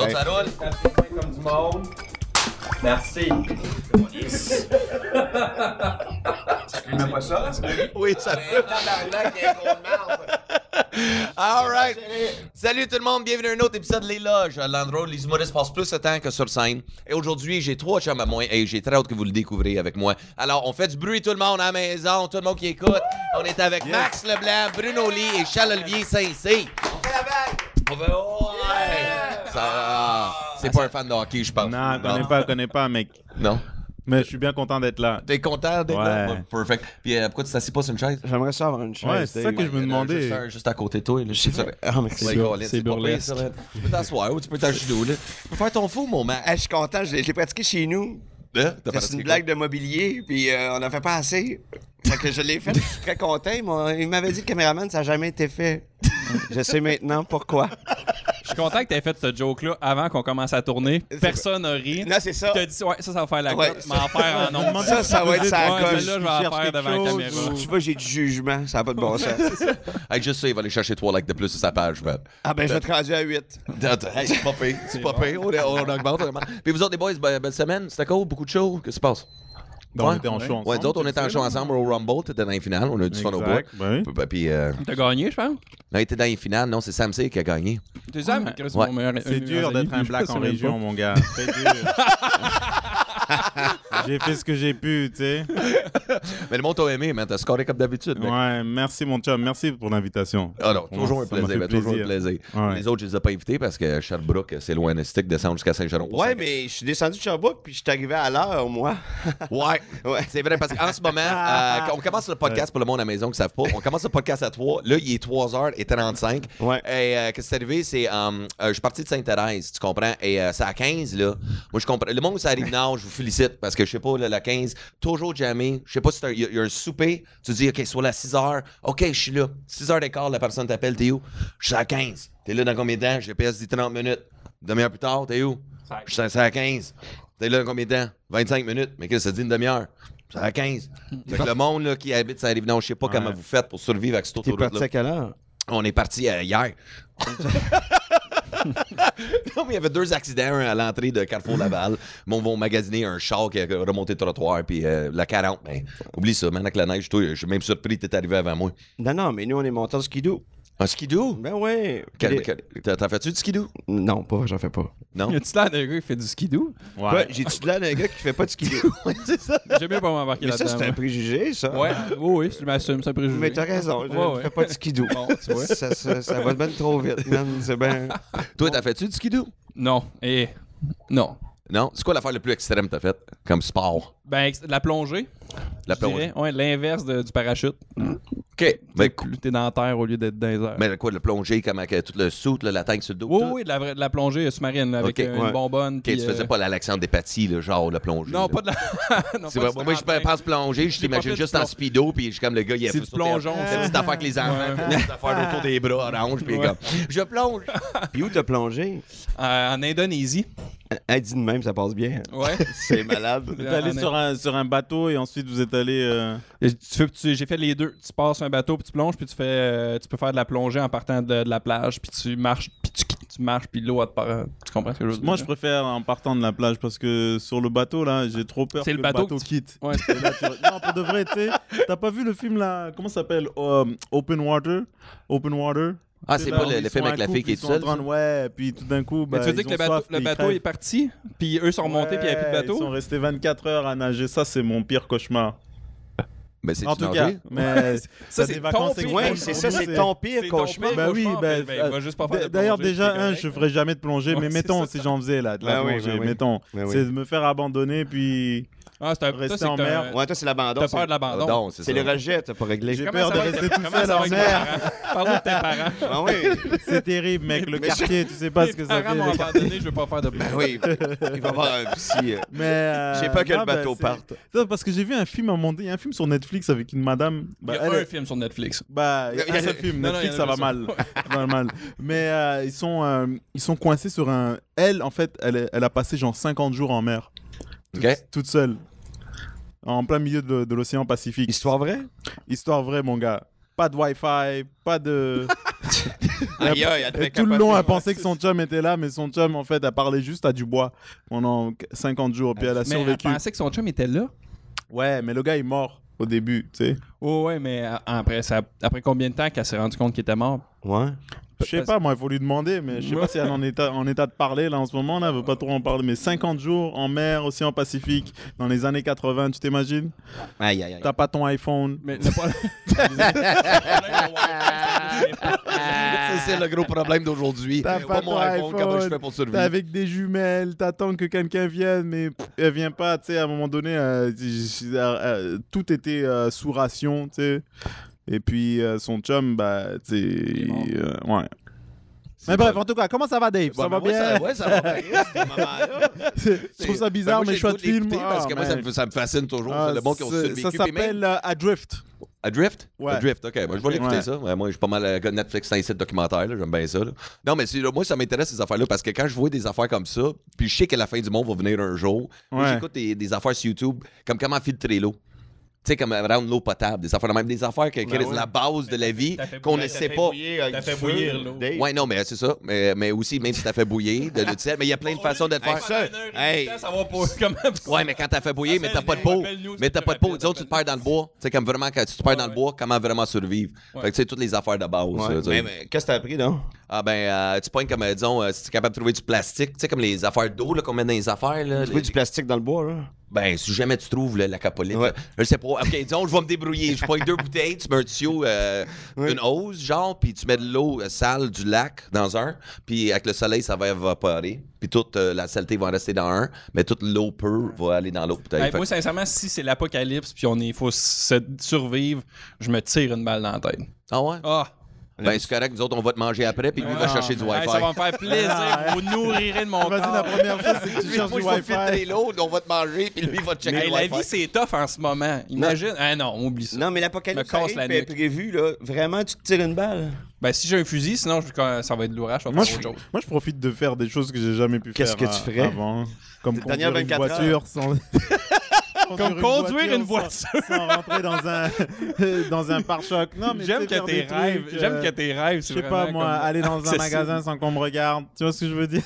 ça roule. Comme du monde. Merci. Tu filmais pas ça? Oui, ça peut. All right. Salut tout le monde, bienvenue à un autre épisode de Les Loges. À l'endroit où les humoristes passent plus de temps que sur scène. Et aujourd'hui, j'ai 3 chums à moi et j'ai très hâte que vous le découvriez avec moi. Alors, on fait du bruit tout le monde à la maison, tout le monde qui écoute. On est avec Max Leblanc, Bruno Lee et Charles-Olivier Saint-Cyr. On fait la vague! On fait ouais. Ça, c'est pas un fan de hockey, je pense. Non, connais pas, mec. Non. Mais je suis bien content d'être là. T'es content d'être là? Ouais. Perfect. Puis pourquoi tu t'assis pas sur une chaise? J'aimerais ça avoir une chaise. Ouais, c'est ça que je me demandais. Juste à côté de toi. Là, je sais Ah, mais c'est burlesque. Tu peux t'asseoir ou tu peux t'agenouiller. Là. Tu peux faire ton fou, mon man. Je suis content, je l'ai pratiqué chez nous. C'est une blague de mobilier, puis on n'en fait pas assez. Fait que je l'ai fait, je suis très content. Il m'avait dit, le caméraman, ça n'a jamais été fait. Je sais maintenant pourquoi. Je suis content que tu aies fait ce joke-là avant qu'on commence à tourner. Personne n'a ri. Là, c'est ça. Tu t'as dit, ouais, ça va faire la Ouais, cote, mais en faire en nombre. Ça va être sa Ouais, coche. celle-là, je vais en faire devant la caméra. Tu vois, j'ai du jugement, ça n'a pas de bon sens. Hey, juste ça, il va aller chercher 3 likes de plus sur sa page, man. Ah ben, je vais te rendre à 8. Hey, c'est pas pire, c'est pas pire. On augmente vraiment. Puis vous autres, les boys, belle semaine, c'était cool, beaucoup de shows. Qu'est-ce qui se passe? On était en show ensemble. Ouais, nous autres, on était en show ensemble au Rumble, t'étais dans les finales, on a eu du fun au bout. Oui. Puis, T'as gagné, je pense. on était dans les finales, non, c'est Sam C qui a gagné. C'est ça, mais Ouais. mon meilleur. C'est dur d'être un black en région, mon gars. Très dur. J'ai fait ce que j'ai pu, tu sais. Mais le monde t'a aimé, man, t'as scoré comme d'habitude. mec. Ouais, merci mon chum, merci pour l'invitation. Ah non, toujours un Ça m'a plaisir, fait toujours un plaisir. plaisir. Ouais. Les autres, je les ai pas invités parce que Sherbrooke, c'est loin de stick, descendre jusqu'à Saint-Jean. Ouais, mais je suis descendu de Sherbrooke, puis je suis arrivé à l'heure, moi. Ouais, Ouais. c'est vrai, parce qu'en ce moment, on commence le podcast pour le monde à la maison qui ne savent pas. On commence le podcast à 3. Là, il est 3h35. Ouais. Et qu'est-ce qui est arrivé, c'est. Je suis parti de Sainte-Thérèse, tu comprends? Et c'est à 15, là. Moi, je comprends. Le monde où ça arrive, non, je vous félicite, parce que je sais pas, là, la 15, toujours jamais. Je sais pas si il y a un souper. Tu dis, OK, soit à 6h. OK, je suis là. 6h15, la personne t'appelle, t'es où? Je suis à 15. T'es là dans combien de temps? GPS dit 30 minutes. Une demi-heure plus tard, t'es où? Je suis à 15. T'es là dans combien de temps? 25 minutes. Mais qu'est-ce que ça dit une demi-heure? C'est à 15. Fait que le monde là, qui habite ça arrive. Non, je sais pas comment vous faites pour survivre avec cette T'es autoroute-là. parti à quelle heure? On est parti hier. Non, mais il y avait 2 accidents, un à l'entrée de Carrefour Laval. Ils vont magasiner un char qui a remonté le trottoir, puis la 40. Ben, oublie ça, maintenant que la neige, toi, je suis même surpris que t'es arrivé avant moi. Non, mais nous, on est montés en skidoo. Un skidoo? Ben ouais. T'as fait-tu du skidoo? Non, pas, j'en fais pas. Non? Y a-tu l'air d'un gars qui fait du skidoo? Ouais. J'ai-tu de l'air d'un gars qui fait pas de skidoo? Oui, c'est ça. J'ai bien pas m'embarquer Mais ça, là-dedans. c'est un moi. préjugé, ça. Ouais, oui, je m'assume, c'est un préjugé. Mais t'as raison, je Ouais. ne fais pas de skidoo. Bon, tu vois. Ça va bien trop vite, man. C'est bien... Toi, t'as fait-tu du skidoo? Non, non. Non? C'est quoi l'affaire le plus extrême que t'as faite comme sport? Ben, la plongée. La Je dirais. Ouais, l'inverse du parachute. OK. Ben, T'es dans la terre au lieu d'être dans les airs. mais quoi, le plonger comme avec tout le soute, la tank sur le dos? Oui, tout? oui, de la plongée sous-marine là, avec Ok, une ouais. bonbonne. OK, puis, tu faisais pas l'Alexandre Despatie, là, genre le plonger. Non, là. pas de la. non, C'est pas vrai, du moi, je tremplin. pense plonger, je J'ai pas t'imagine fait juste du en speedo, puis je suis comme le gars, il a C'est fait du sauter plongeon, la ça. petite affaire avec les enfants, Ouais. la petite affaire autour des bras orange, puis Ouais. comme, je plonge. Puis où t'as plongé? En Indonésie. Dit de même, ça passe bien. Ouais. C'est malade. Vous êtes allé sur un bateau et ensuite vous êtes allé... J'ai fait les deux. Tu passes un bateau puis tu plonges puis tu peux faire de la plongée en partant de la plage puis tu marches puis tu marches puis l'eau elle te part. Tu comprends ce que je veux dire? Moi, je préfère en partant de la plage parce que sur le bateau, là, j'ai trop peur C'est que le le bateau bateau que quitte. Ouais. Et là, non, pour de vrai, tu sais, t'as pas vu le film, là, comment ça s'appelle? Open Water? Open Water? Ah, Tu c'est sais, pas là, le ils film sont avec la un fille couple, qui est ils sont seule? en train de- Ouais, puis tout d'un coup, Mais bah, tu veux dire ils que ont soif, le puis ils bateau crèvent. est parti puis eux sont remontés puis il n'y avait plus de Ils sont bateau? restés 24 heures à nager. Ça, c'est mon pire cauchemar. Mais c'est En tout cas, mais Ça, t'as c'est des ton vacances pire Ouais, extrêmes. c'est ça, c'est ton pire C'est ton cauchemar. pire Bah oui, cauchemar, bah, il va juste pas faire de D'ailleurs, plongée, déjà, c'est correct. je ferais jamais de plongée, Ouais, mais c'est mettons, ça, si j'en faisais, là, de la Bah oui, plongée, bah oui. mettons. Bah oui. C'est de me faire abandonner, puis Ah, c'est un rester ça, en c'est que mer. Ouais, toi, c'est l'abandon. T'as peur de l'abandon. Non, C'est le rejet, t'as pas réglé. J'ai Comment peur ça de va avec rester tes- tout comment seul ça va en avec tes mer. parents? Parle-nous de tes parents. Ah oui. C'est terrible, mec. Le Mais quartier, tu sais pas ce que Mes ça parents m'ont fait. abandonné, je veux pas faire de Ben oui, il va y avoir un psy. Mais J'ai peur que non, le bateau c'est- parte. Non, parce que j'ai vu un film à un moment donné. Il y a un film sur Netflix avec une madame. Il y a un film sur Netflix. Bah, il y a un seul film. Non, non, Netflix, il y ça en a va plus, mal. Ça va mal. Mais ils sont coincés sur un. Elle, en fait, elle a passé genre 50 jours en mer. OK. Toute seule. En plein milieu de l'océan Pacifique. Histoire vraie? Histoire vraie, mon gars. Pas de Wi-Fi, pas de. Aïe, aïe, elle devait Et tout le long, capoter. elle pensait que son chum était là, mais son chum, en fait, elle parlait juste à Dubois pendant 50 jours, puis elle a Mais elle survécu. pensait que son chum était là. Ouais, mais le gars est mort au début, tu sais. Oh, ouais, mais après combien de temps qu'elle s'est rendue compte qu'il était mort? Ouais. Je sais pas, moi, il faut lui demander, mais je sais pas si elle est en état de parler là en ce moment, là, elle veut pas trop en parler. Mais 50 jours en mer, océan Pacifique, dans les années 80, tu t'imagines? Aïe, aïe, aïe. T'as pas ton iPhone. Mais le problème- C'est le gros problème d'aujourd'hui. T'as pas mon ton iPhone, comment je iPhone, fais pour T'es survivre? avec des jumelles, t'attends que quelqu'un vienne, mais elle vient pas, tu sais, à un moment donné, tout était sous ration, tu sais. Et puis son chum, bah, tu est mort. sais, ouais. Mais bref, en tout cas, comment ça va, Dave? Ça va bien? Ouais, ça va bien. ce moment-là. Je trouve ça bizarre, Ben, moi, mais j'ai choix le de goût de film. l'écouter parce que moi, man. ça me fascine toujours. Ah, le monde qui ont survécu. ça Puis même- s'appelle Adrift. Adrift? Ouais. Adrift, ok. Moi, je vais l'écouter Ouais. ça. Ouais, moi, je suis pas mal gars de Netflix, c'est un site documentaire. là, J'aime bien ça. là. Non, mais moi, ça m'intéresse ces affaires-là parce que quand je vois des affaires comme ça, puis je sais que la fin du monde va venir un jour, moi, Ouais. j'écoute des affaires sur YouTube, comme comment filtrer l'eau. Tu sais, comme rendre l'eau potable, des affaires, même des affaires qui Ben est la base de la vie, T'as fait qu'on bouillir- ne t'as sait fait pas. T'as fait bouillir l'eau. Ouais, non, mais c'est ça. Mais aussi, même si t'as fait bouillir de l'eau de sel, mais il y a plein de façons de le faire. Hey. Ça va pas comment. Ouais, mais quand t'as fait bouillir, mais t'as pas de peau. Mais t'as pas de peau. Disons, tu te perds dans le bois. Tu sais, comme vraiment, quand tu te perds dans le bois, comment vraiment survivre. Ouais. Fait que tu sais, toutes les affaires de base. Ouais. tu sais. Mais qu'est-ce que t'as appris, non? Ah, ben, tu pognes comme, disons, si tu es capable de trouver du plastique, tu sais, comme les affaires d'eau, là, qu'on met dans les affaires, là. Trouver du plastique dans le bois, là. Ben, si jamais tu trouves là, la capolite, Ouais. là, je sais pas. Ok, disons, je vais me débrouiller. Je pogne 2 bouteilles, tu mets un tuyau, une hose, genre, puis tu mets de l'eau sale du lac dans un, puis avec le soleil, ça va évaporer. Puis toute la saleté va en rester dans un, mais toute l'eau pure va aller dans l'autre. Hey, moi, sincèrement, si c'est l'apocalypse puis il faut survivre, je me tire une balle dans la tête. Ah ouais? Ah! Ben, c'est correct, nous autres, on va te manger après, puis lui va chercher du Hey, Wi-Fi. ça va me faire plaisir. Vous nourrirez de mon Vas-y, corps. la première chose, c'est que tu cherches Moi, du je vais filtrer Wi-Fi. l'eau, on va te manger, puis lui, il va te checker Hey, le la Wi-Fi. vie, c'est tough en ce moment. Imagine. Ah non, oublie ça. Non, mais l'apocalypse Me casse arrive, la puis est nuque. prévu, là. Vraiment, tu te tires une balle. Ben, si j'ai un fusil, sinon, ça va être l'ouvrage. Je vais Moi faire je, autre chose. moi, je profite de faire des choses que j'ai jamais pu Qu'est-ce faire que tu ferais? avant. Comme Cette dernière conduire une 24 voiture sans... Comme conduire une sans- voiture. Sans rentrer dans un pare-choc. Non, mais J'aime tu sais, faire que tes des rêves. trucs, J'aime que tes rêves. je sais pas, moi, aller dans un accessible. magasin sans qu'on me regarde. Tu vois ce que je veux dire?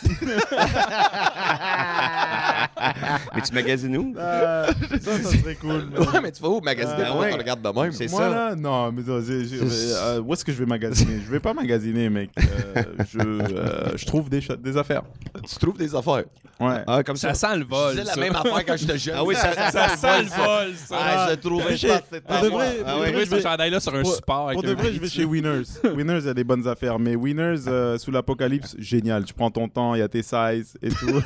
Mais tu magasines où? Ça serait cool. Ouais, mais tu vas où magasiner? Ah, Pourquoi ouais. tu regardes de même? C'est Moi, ça. là, non, mais non, où est-ce que je vais magasiner? Je vais pas magasiner, mec. Je trouve des affaires. Tu trouves des affaires. Ouais. Ah, comme ça. Ça sent le Je vol. disais la ça. même affaire quand j'étais jeune. Ah oui, ça Ça sent le vol, ça. Ah, je trouvais J'ai- ça, pour c'était de à moi. vrai, Ah pour de ouais. vrai, Trouver je ce vais- chandail-là sur un pour- support. avec Pour de un vrai, je vais dessus. chez Winners. Winners, il y a des bonnes affaires. Mais Winners, sous l'apocalypse, génial. Tu prends ton temps, il y a tes sizes et tout.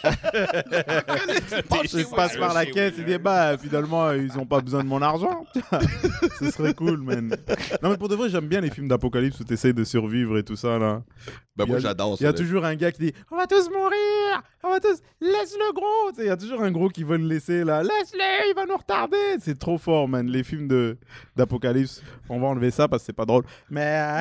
Tu passes par la caisse et dis, bah, finalement, ils ont pas besoin de mon argent. Ce serait cool, man. Non, mais pour de vrai, j'aime bien les films d'apocalypse où tu essayes de survivre et tout ça, là. Ben, Il y moi, a- j'adore ça. Il y a là. toujours un gars qui dit, on va tous mourir. On va tous. Laisse-le gros. Tu sais, il y a toujours un gros qui veut le laisser, là. Laisse-le, il va nous retarder. C'est trop fort, man. Les films d'apocalypse. On va enlever ça parce que c'est pas drôle. Mais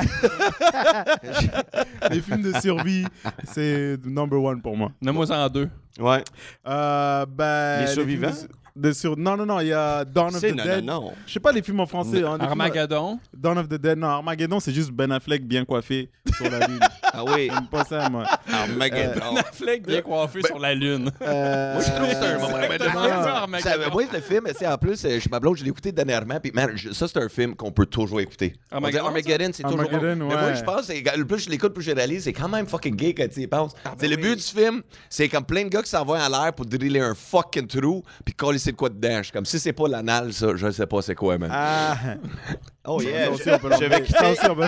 les films de survie, c'est number one pour moi. Nomme-moi en deux. Ouais. Ben, Les films survivants? Non, il y a Dawn of C'est the non, Dead. non. Je sais pas les films en français. Hein, les films- Armageddon. Dawn of the Dead. Non, Armageddon, c'est juste Ben Affleck bien coiffé sur la lune. Ah oui. J'aime pas ça, moi. Armageddon. Affleck bien coiffé sur la lune. Moi, je trouve que c'est un moment. Mais le exactement film, ça, Armageddon. moi, le film, c'est en plus, je ma blonde, je l'ai écouté dernièrement, puis man, ça, c'est un film qu'on peut toujours écouter. On dit Armageddon, Armageddon, c'est toujours. Armageddon, Mais moi, ouais. je pense, le plus je l'écoute, plus je réalise, c'est quand même fucking gay quand tu y penses. C'est le but du film, c'est comme plein de gars qui s'envoient en l'air pour driller un fucking trou, puis coller c'est de quoi dedans. Je suis comme si c'est pas l'anal, ça, je sais pas c'est quoi, man. Ah. Oh yeah. Ça aussi, on peut l'enlever. Je vais quitter. Ça aussi, on peut-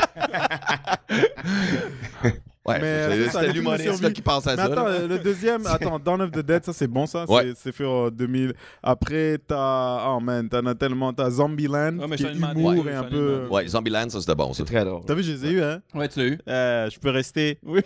Ouais, Mais c'est- c'est ça, c'était les films de l'humoriste là, survie. qui pense à Mais ça. attends, là. le deuxième, Dawn of the Dead, ça c'est bon ça, Ouais. c'est fait en 2000. Après t'as, oh man, t'en as tellement, t'as Zombieland Ouais, mais qui je est te demandais. humour Ouais, et un je te peu. demandais. Ouais, Zombieland, ça, c'était bon, ça. Très drôle. T'as vu, je les ai eu, hein. Ouais, tu l'as eu. Je peux rester. Oui.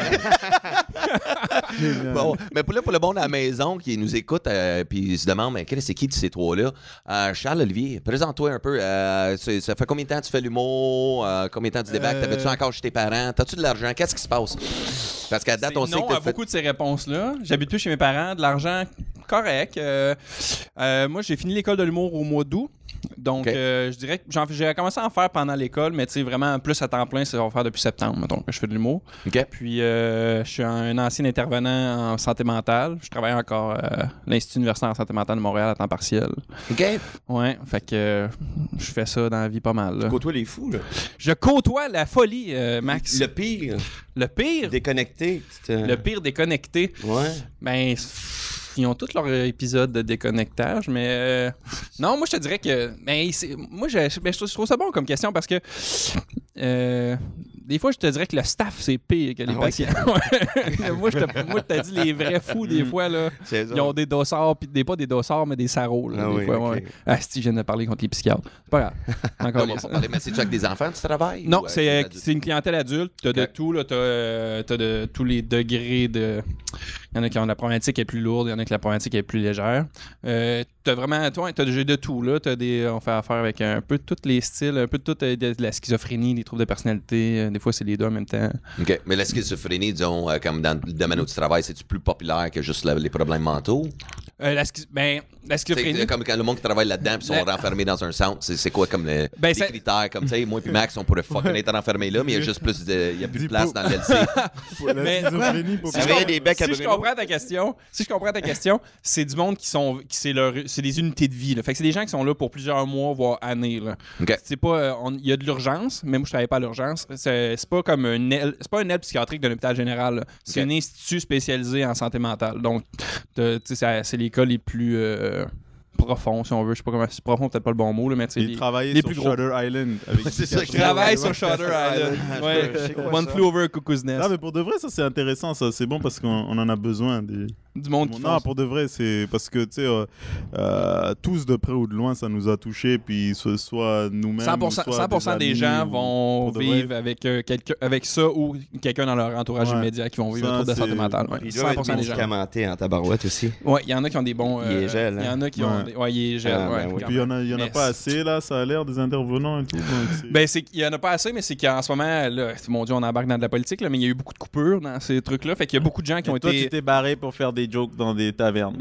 Génial. Bon, mais pour le monde à la maison qui nous écoute, puis se demande, mais c'est qui de ces trois-là? Charles Olivier, présente-toi un peu. Ça fait combien de temps tu fais l'humour? Combien de temps tu débarques? T'avais-tu encore chez tes parents? T'as-tu de l'argent? Qu'est-ce qui se passe? Parce qu'à date, on sait non que t'as à fait... beaucoup de ces réponses-là. J'habite plus chez mes parents, de l'argent correct. Moi, j'ai fini l'école de l'humour au mois d'août Donc, Ok. je dirais que j'ai commencé à en faire pendant l'école, mais tu sais, vraiment plus à temps plein, ça va faire depuis septembre, mettons, que je fais de l'humour. OK. Puis, je suis un ancien intervenant en santé mentale. Je travaille encore à l'Institut universitaire en santé mentale de Montréal à temps partiel. OK. Ouais, fait que je fais ça dans la vie pas mal. Là. Côtoie les fous, là. Je côtoie la folie, Max. Le pire. Le pire? Déconnecté. Le pire déconnecté. Ouais. Ben, ils ont tous leur épisode de déconnectage, mais non, moi je te dirais que moi je trouve ça bon comme question parce que des fois je te dirais que le staff c'est pire que les patients. moi je te dis les vrais fous des fois là, ils ont des dossards puis pas des dossards mais des sarraux là, des fois. okay. Ouais. Ah si je viens de parler contre les psychiatres, c'est pas grave. Encore Non, on va pas parler, mais c'est-tu avec des enfants que tu travailles? non, ou, c'est des une clientèle adulte. T'as de tout, là. T'as de tous les degrés de. Il y en a qui ont la problématique est plus lourde, il y en a qui la problématique est plus légère. T'as vraiment. T'as de tout, là. On fait affaire avec un peu tous les styles, un peu de tout, de la schizophrénie, des troubles de personnalité. Des fois, c'est les deux en même temps. OK. Mais la schizophrénie, disons, comme dans le domaine où tu travailles, c'est-tu plus populaire que juste les problèmes mentaux? La schizophrénie. C'est comme quand le monde qui travaille là-dedans puis sont renfermés dans un centre, c'est quoi comme les critères? Comme, tu sais, moi et Max, on pourrait fucking être enfermés là, mais il y a juste plus il y a plus de place dans l'LC. Mais si je comprends ta question, c'est du monde c'est des unités de vie. Là. Fait que c'est des gens qui sont là pour plusieurs mois, voire années. Là. OK. C'est pas, il y a de l'urgence, mais moi je travaille pas à l'urgence. C'est pas comme c'est pas une aile psychiatrique d'un hôpital général. Là. C'est un institut spécialisé en santé mentale. Donc, c'est les cas les plus profonds, si on veut. Je sais pas comment c'est profond, peut-être pas le bon mot, là, mais tu sais. Il travaillait les sur plus gros. Shutter Island. Avec C'est ça, Je travaille sur Shutter Island. Ouais. One Flew Over Cuckoo's Nest. Non, mais pour de vrai, ça c'est intéressant, ça. C'est bon parce qu'on en a besoin. Du monde qui Non, pour de vrai, c'est parce que, tu sais, tous de près ou de loin, ça nous a touchés, puis soit nous-mêmes. 100% des gens vont vivre avec ça ou quelqu'un dans leur entourage immédiat qui vont vivre un trouble de santé mentale. Ouais. Il doit être 100% des gens. médicamenté en tabarouette aussi. Ouais, il y en a qui ont des bons. Il est gel, Il y en a qui ont. Ouais, il est gel. Et puis, il y en a pas assez, là, ça a l'air, des intervenants et tout. Il y en a pas assez, mais c'est qu'en ce moment, là, mon Dieu, on embarque dans de la politique, là, mais il y a eu beaucoup de coupures dans ces trucs-là. Fait qu'il y a beaucoup de gens qui ont été. Toi, tu t'es barré pour faire des jokes dans des tavernes.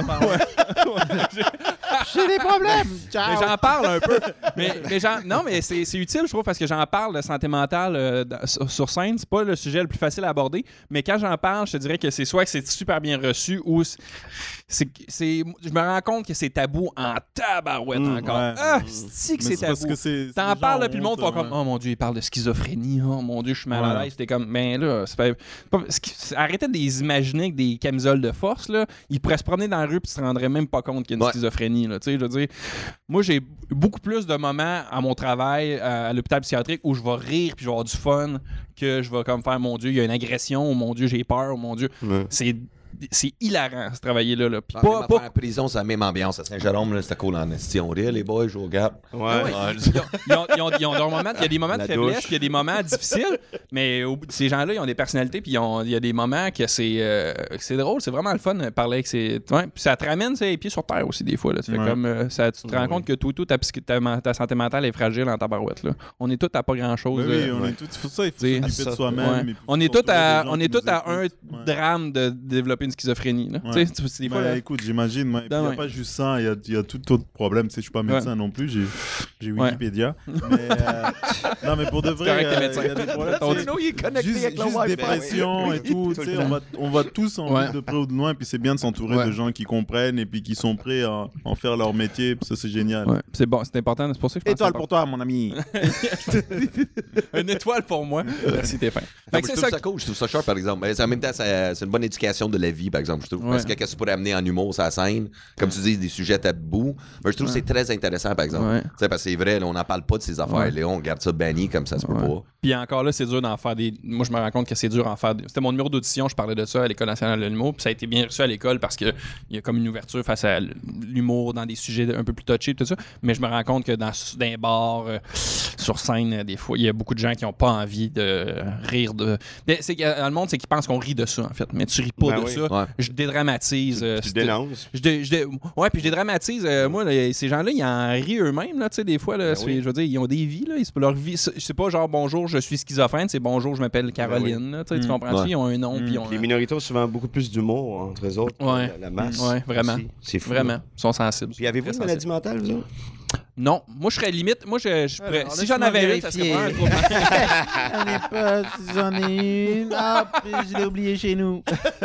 J'ai des problèmes! Ciao! Mais j'en parle un peu. Non, mais c'est utile, je trouve, parce que j'en parle de santé mentale sur scène. C'est pas le sujet le plus facile à aborder, mais quand j'en parle, je te dirais que c'est soit que c'est super bien reçu ou je me rends compte que c'est tabou en tabarouette encore. Ouais. Ah, c'est tabou. T'en parles, là, puis le monde va comme, oh mon Dieu, il parle de schizophrénie. Oh mon Dieu, je suis mal à l'aise. T'es comme, ben là, arrêtez de les imaginer avec des camisoles de force, là. Ils pourraient se promener dans la rue puis tu te rendrais même pas compte qu'il y a une schizophrénie, là. Tu sais, je veux dire, moi, j'ai beaucoup plus de moments à mon travail à l'hôpital psychiatrique où je vais rire puis je vais avoir du fun que je vais comme faire, mon Dieu, il y a une agression, oh mon Dieu, j'ai peur, oh mon Dieu. Ouais. C'est hilarant, ce travail-là. Puis pas en prison, c'est la même ambiance. À Saint-Jérôme, là, c'était cool en esti. On rit, les boys, jouent au Gap. Ils ont leurs moments. Il y a des moments de faiblesse, puis il y a des moments difficiles. Mais ces gens-là, ils ont des personnalités, puis il y a des moments que c'est drôle. C'est vraiment le fun de parler avec ces. Ouais, puis ça te ramène les pieds sur terre aussi, des fois. Là. Tu fais comme, tu te rends compte que ta santé mentale est fragile en tabarouette. Là. On est tous à pas grand-chose. Oui, on est tous. Il faut s'occuper de soi-même. On est tous à un drame de développer une schizophrénie. Là. Ouais. Des fois, écoute, j'imagine. Il n'y a pas juste ça, il y a tout autre problème. Je ne suis pas médecin non plus, j'ai Wikipédia. Mais, non, mais pour de vrai, il y a des problèmes. Juste dépression et tout. On va tous en vivre de près ou de loin, puis c'est bien de s'entourer de gens qui comprennent et puis qui sont prêts à en faire leur métier. Ça, c'est génial. Ouais. C'est bon, c'est important. C'est pour ça que je pense étoile pour toi, mon ami. Une étoile pour moi. Merci, t'es fin. Je trouve ça cool, je trouve ça sharp, par exemple. Mais en même temps, c'est une bonne éducation de la vie, par exemple, je trouve. Parce que qu'est-ce que tu pourrais amener en humour sur la scène, comme tu dis, des sujets tabous. Mais je trouve que c'est très intéressant, par exemple. Parce que c'est vrai, là, on n'en parle pas de ces affaires-là. On garde ça banni comme ça se peut pas. Puis encore là, c'est dur d'en faire des. Moi, je me rends compte que c'est dur d'en faire. C'était mon numéro d'audition, je parlais de ça à l'École nationale de l'humour. Puis ça a été bien reçu à l'école parce qu'il y a comme une ouverture face à l'humour dans des sujets un peu plus touchés, tout ça. Mais je me rends compte que dans un bar, sur scène, des fois, il y a beaucoup de gens qui n'ont pas envie de rire de. Mais dans le monde, c'est qu'ils pensent qu'on rit de ça, en fait. Mais tu ris pas de ça. Ouais. Je dédramatise. Tu dénonces. Ouais, puis je dédramatise. Moi, ces gens-là, ils en rient eux-mêmes, là, tu sais, des fois. Là, je veux dire, ils ont des vies, là. Leur vie, c'est pas genre bonjour, je suis schizophrène, c'est bonjour, je m'appelle Caroline. Là, tu comprends-tu? Ouais. Ils ont un nom. Les minorités ont souvent beaucoup plus d'humour entre eux autres. Ouais. La masse. Ouais, vraiment. C'est fou. Vraiment. Ils sont sensibles. Puis avez-vous une maladie mentale, vous autres? Non. Moi, je serais limite. Moi, je pourrais. Alors, Si j'en avais une, ça serait pas un gros. J'en ai pas, j'en ai une. Ah, je l'ai oublié chez nous.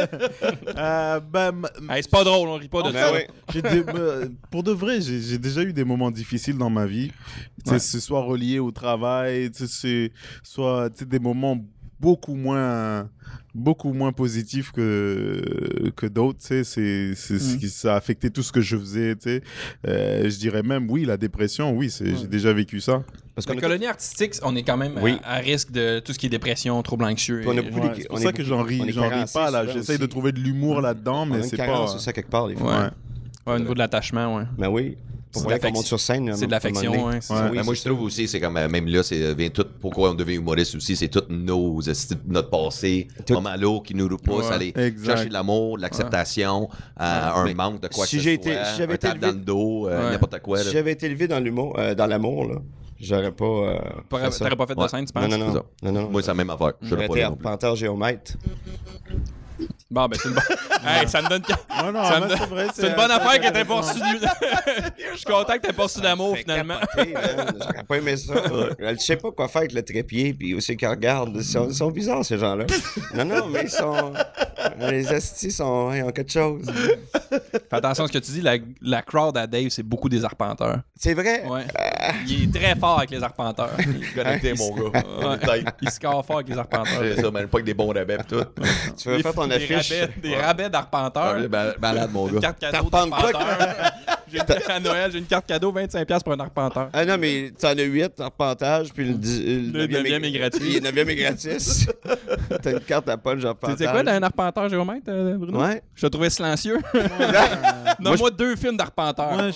Hey, c'est pas drôle, on rit pas de ça. Pour de vrai, j'ai déjà eu des moments difficiles dans ma vie. Ouais. C'est soit relié au travail, c'est soit des moments beaucoup moins positifs que d'autres. Ça a affecté tout ce que je faisais. Je dirais même, oui, la dépression, oui, j'ai déjà vécu ça. Parce que la colonie artistique, on est quand même à risque de tout ce qui est dépression, troubles anxieux. C'est pour ça que j'en ris pas. Là. J'essaye de trouver de l'humour là-dedans, mais c'est pas... C'est ça quelque part, des fois. Ouais, au niveau de l'attachement, ouais. Ben oui. Pour vrai qu'on monte sur scène. C'est de l'affection, ouais. Oui, moi, je trouve aussi, c'est comme, même là, c'est vient tout, pourquoi on devient humoriste aussi, c'est tout notre passé, moment-là qui nous repousse à aller chercher de l'amour, de l'acceptation, un manque de quoi que ce soit, un tape dans le dos, n'importe quoi. Si j'avais été élevé dans l'humour, dans l'amour, là, j'aurais pas... T'aurais pas fait de scène, tu penses? Non. Moi, c'est la même affaire. J'aurais été arpenteur géomètre. Bon, ben c'est une bonne... Hey, ça me donne... C'est une bonne affaire que t'aies pas reçu Je suis content que t'aies pas reçu d'amour, finalement. J'aurais pas aimé ça. Je sais pas quoi faire avec le trépied, puis aussi qu'ils regardent. Ils sont bizarres, ces gens-là. Non, mais ils sont... Les astis ils ont quelque chose. Fais attention à ce que tu dis, la crowd à Dave, c'est beaucoup des arpenteurs. C'est vrai? Ouais. Il est très fort avec les arpenteurs. Il est connecté, mon gars. Il score fort avec les arpenteurs. C'est ça, mais pas avec des bons rabais et tout. Tu veux faire ton affiche? Des rabais d'arpenteurs. Balade, mon gars. Une carte cadeau d'arpenteur. À Noël, j'ai une carte cadeau 25$ pour un arpenteur. Ah non, mais t'en as 8 arpentages, puis le 9e est gratuit. Le 9e est gratis. T'as une carte à punch arpentage. Tu sais quoi, t'as un arpenteur géomètre, Bruno? Ouais. Je te trouvais silencieux. Donne-moi 2 films d'arpenteur. Moi, je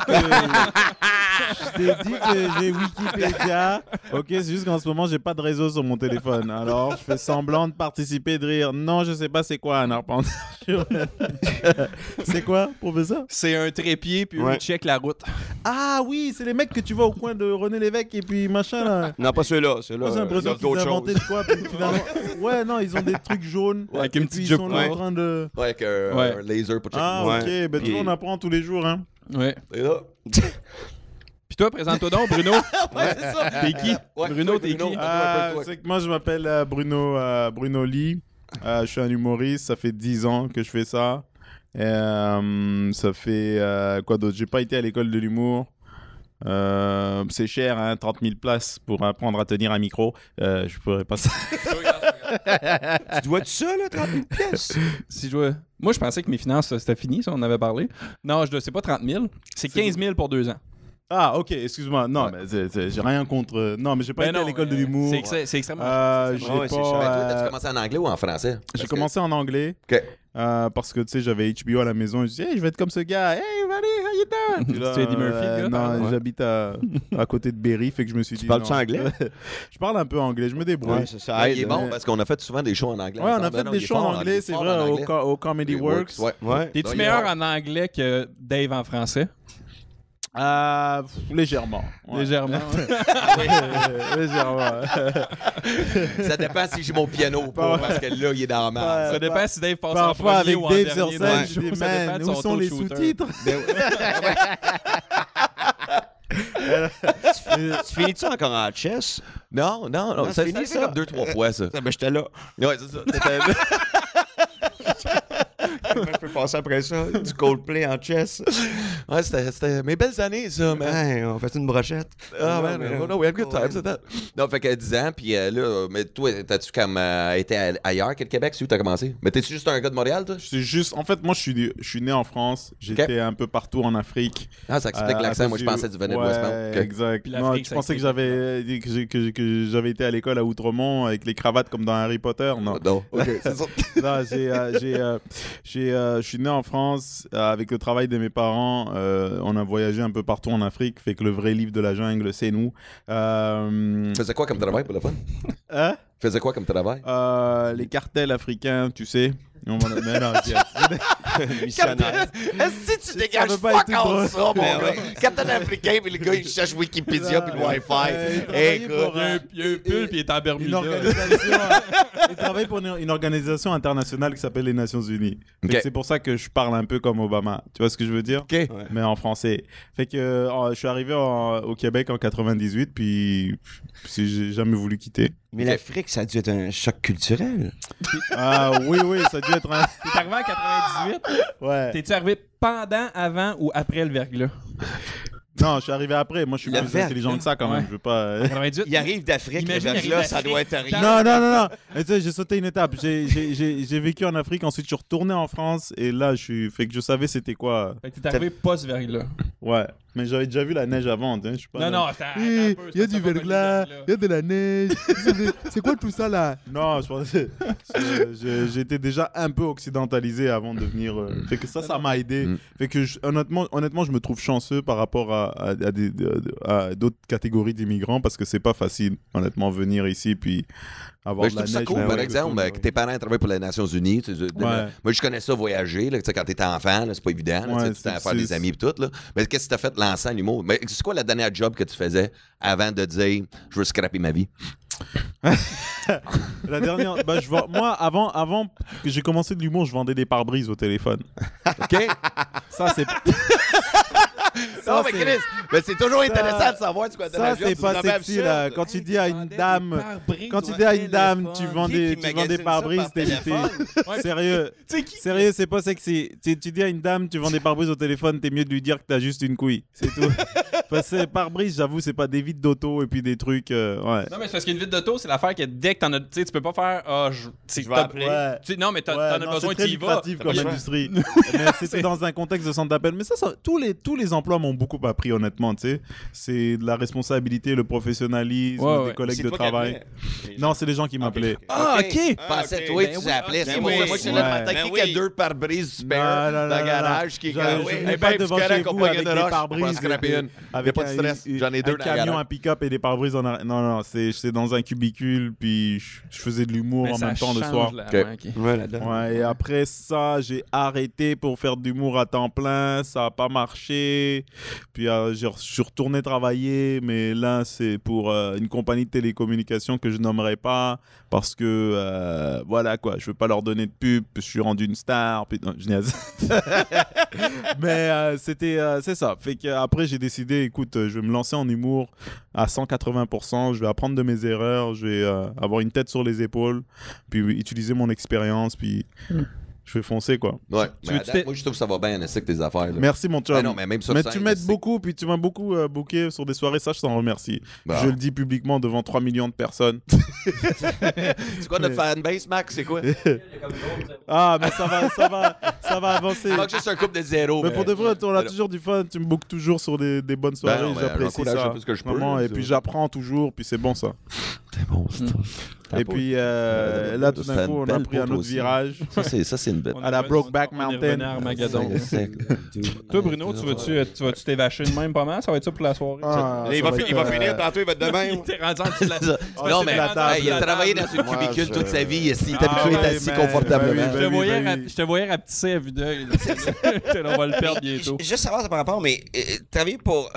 t'ai dit que j'ai Wikipédia. Ok, c'est juste qu'en ce moment, j'ai pas de réseau sur mon téléphone. Alors, je fais semblant de participer, de rire. Non, je sais pas c'est quoi un arpenteur. C'est quoi, professeur? C'est un trépied, puis on check la route. Ah oui, c'est les mecs que tu vois au coin de René Lévesque et puis machin là. Non, pas ceux-là. Ceux-là, j'ai l'impression qu'ils ont inventé de quoi, puis finalement... Ouais, non, ils ont des trucs jaunes. Avec une petite jupe. Ils sont là en train de... Ouais, avec un laser pour checker. Ah, ok, ben tu vois, on apprend tous les jours, hein. Ouais. Et là... Puis toi, présente-toi donc, Bruno. Ouais, c'est ça. T'es qui? Bruno, t'es qui? C'est que moi, je m'appelle Bruno Lee. Je suis un humoriste. Ça fait 10 ans que je fais ça. Ça fait quoi d'autre? J'ai pas été à l'école de l'humour. C'est cher, hein, 30 000 places pour apprendre à tenir un micro. Je pourrais pas ça. Tu dois tout ça, là, 30 000 pièces? Moi, je pensais que mes finances, c'était fini, ça, on avait parlé. Non, c'est pas 30 000. C'est 15 000 pour 2 ans. Ah, ok, excuse-moi. Non, mais j'ai rien contre... Non, mais j'ai pas été à l'école de l'humour. C'est extrêmement... J'ai pas... T'as-tu commencé en anglais ou en français? J'ai commencé en anglais. OK. Parce que, tu sais, j'avais HBO à la maison. Je disais, hey, je vais être comme ce gars. Hey, buddy, how you doing? Tu es Eddie Murphy, non, j'habite à côté de Berry, fait que je me suis dit... Tu parles-tu anglais? Je parle un peu anglais, je me débrouille. Ouais, ça aide, il est bon parce qu'on a fait souvent des shows en anglais. Ouais, on a fait des shows en anglais, c'est vrai, au Comedy Works. Ouais. T'es-tu meilleur en anglais que Dave en français? Légèrement. Ouais. Légèrement. Légèrement. Ça dépend si j'ai mon piano ou pas, parce que là, il est dans la merde. Ça dépend si Dave passe parfois en premier avec ou en Dave dernier. sur scène, je dis, man, où sont les sous-titres? Tu finis-tu encore en chess? Non, ça finit ça comme 2-3 fois, ça. Ben, j'étais là. Ouais, c'est ça. Je peux passer après ça, du Coldplay en chess. Ouais, c'était mes belles années, ça, man. Ouais, on fait une brochette. Ah, man, no, we have good times, c'est ça. Non, fait que 10 ans, puis là, mais toi, t'as-tu comme été ailleurs que le Québec? C'est où t'as commencé? Mais t'es-tu juste un gars de Montréal, toi? En fait, moi, je suis né en France. J'étais un peu partout en Afrique. Ah, ça explique l'accent. Moi, je pensais que tu venais de Westmount. Exact. Non, je pensais que j'avais été à l'école à Outremont avec les cravates comme dans Harry Potter. Non, OK, c'est ça. Non, je suis né en France avec le travail de mes parents. On a voyagé un peu partout en Afrique. Fait que le vrai livre de la jungle, c'est nous. Faisais quoi comme travail pour le fun? Hein? Faisais quoi comme travail? Les cartels africains, tu sais. Missionnaire. Est-ce que tu dégages veut pas fuck être drôle. all ça, mon gars? Captain Africain, puis le gars, il cherche Wikipédia, puis le Wi-Fi. Écoute. Il y a un pull, puis il est en Une Bermuda. organisation, il travaille pour une organisation internationale qui s'appelle les Nations Unies. Fait que Ok. c'est pour ça que je parle un peu comme Obama. Tu vois ce que je veux dire? OK. Mais en français. Fait que je suis arrivé au Québec en 98, puis j'ai jamais voulu quitter. Mais l'Afrique, ça a dû être un choc culturel. Ah oui, ça a dû être un... T'es arrivé en 98. Ouais. T'es-tu arrivé pendant, avant ou après le verglas? Non, je suis arrivé après. Moi, je suis Le plus verre, intelligent que ça quand même. ouais. Je veux pas... 98. Il arrive d'Afrique, Imagine, le il là, arrive ça doit être d'Afrique. rien. Non. Et tu sais, j'ai sauté une étape. J'ai vécu en Afrique, ensuite je suis retourné en France et là, fait que je savais c'était quoi. Fait que t'es arrivé post-verglas. Ouais. Mais j'avais déjà vu la neige avant. Hein. Je suis pas Non, attends un peu, il y a c'est du pas verglas, connu, il y a de la neige. C'est quoi tout ça là? Non, je pensais. J'étais déjà un peu occidentalisé avant de venir. Fait que ça m'a aidé. Fait que honnêtement, je me trouve chanceux par rapport à d'autres catégories d'immigrants parce que c'est pas facile, honnêtement, venir ici puis avoir Ben, je de la trouve ça neige. cool, ben par ouais, exemple, cool, que tes parents travaillent pour les Nations Unies. Moi, je connais ça, voyager. Là, tu sais, quand t'étais enfant, là, c'est pas évident. Là, Ouais, tu t'as à faire c'est- des amis et tout. Là. Mais qu'est-ce que t'as fait de lancer en humour? Mais c'est quoi la dernière job que tu faisais avant de dire je veux scraper ma vie? La dernière, moi, avant que j'ai commencé de l'humour, je vendais des pare-brises au téléphone. OK? Ça, c'est. Non, mais c'est- Chris, mais c'est toujours intéressant de savoir ce que Ça, c'est pas sexy, là. Quand tu dis à une dame, tu vends des pare-brises, t'es sérieux. Sérieux, c'est pas sexy. Tu dis à une dame, tu vends des pare-brises au téléphone, t'es mieux de lui dire que t'as juste une couille. C'est tout. Parce que pare-brise, j'avoue, c'est pas des vitres d'auto et puis des trucs. Ouais. Non, mais c'est parce qu'une vitre d'auto, c'est l'affaire que dès que t'en as. Tu sais, tu peux pas faire. Je vais appeler. Ouais. Non, mais t'en Ouais, as non, besoin, c'est très tu y vas. lucratif T'as comme pas le choix. industrie. Mais c'était dans un contexte de centre d'appel. Mais ça, tous les emplois m'ont beaucoup appris, honnêtement. Tu sais, c'est de la responsabilité, le professionnalisme, Ouais, des ouais. collègues C'est de toi qui travail. appelais. Non, c'est les gens qui m'appelaient. Ah, OK. Je pensais, toi, Ben tu oui. appelais. Ben C'est pour oui. ça. Moi, je suis là le Ouais. matin. Ben Qui a oui. deux pare-brises spare Non, dans le non, garage qui est Je comme. venais Hey, pas babe, devant c'est correct chez qu'on vous pogne avec une des roche. On va pare-brises. scraper une. Il n'y a Avec pas de stress. J'en ai deux un dans le camion, garage. un pick-up et des pare-brises en arrière. Non, c'est dans un cubicule, puis je faisais de l'humour Mais en ça même temps le change, soir. là. Ok. Ouais, OK. Voilà, là. Ouais, et après ça, j'ai arrêté pour faire de l'humour à temps plein. Ça n'a pas marché. Puis je suis retourné travailler, mais là, c'est pour une compagnie de télécommunications que je nommerai pas parce que, voilà quoi, je veux pas leur donner de pub. Je suis rendu une star. Puis, non, je niaise. Mais c'est ça. Fait qu'après, j'ai décidé, écoute, je vais me lancer en humour à 180%. Je vais apprendre de mes erreurs. Je vais avoir une tête sur les épaules. Puis utiliser mon expérience. Puis je vais foncer, quoi. Ouais. Tu Mais veux- tu à date, t'es- moi, je trouve que ça va bien, c'est que tes affaires. là. Merci, mon chum. Ben non, mais même sur Mais scène, tu m'aides c'est- beaucoup, puis tu m'as beaucoup booké sur des soirées, ça je t'en remercie. Bon. Je le dis publiquement devant 3 millions de personnes. C'est quoi notre fanbase, Max? C'est quoi? Ah, mais ça va avancer. Il manque juste un couple de zéro. Mais pour de vrai, on a toujours du fun, tu me bookes toujours sur des bonnes soirées, non, mais j'apprécie j'encourage ça. un peu ce que je peux, Vraiment, là, et ça. puis j'apprends toujours, puis c'est bon ça. C'est bon, c'est Et puis là, tout d'un coup, on a pris un autre virage Ça, c'est une bête. à la Brokeback On est revenu Mountain. à Armageddon. C'est- Toi, Bruno, tu vas-tu t'évacher de même pas mal? Ça va être ça pour la soirée? Ah, Il ça va être, finir tantôt, il va être de Il même. était rendu en dessous de la... Non, c'est mais la table. hey, il a travaillé dans une Moi, cubicule je- toute sa vie. Il est Ah, habitué à ouais, être assis mais- confortablement. ben oui, ben oui. Je te voyais rapetisser à vue d'œil. là. On va le perdre bientôt. Juste savoir par rapport, mais travailler pour.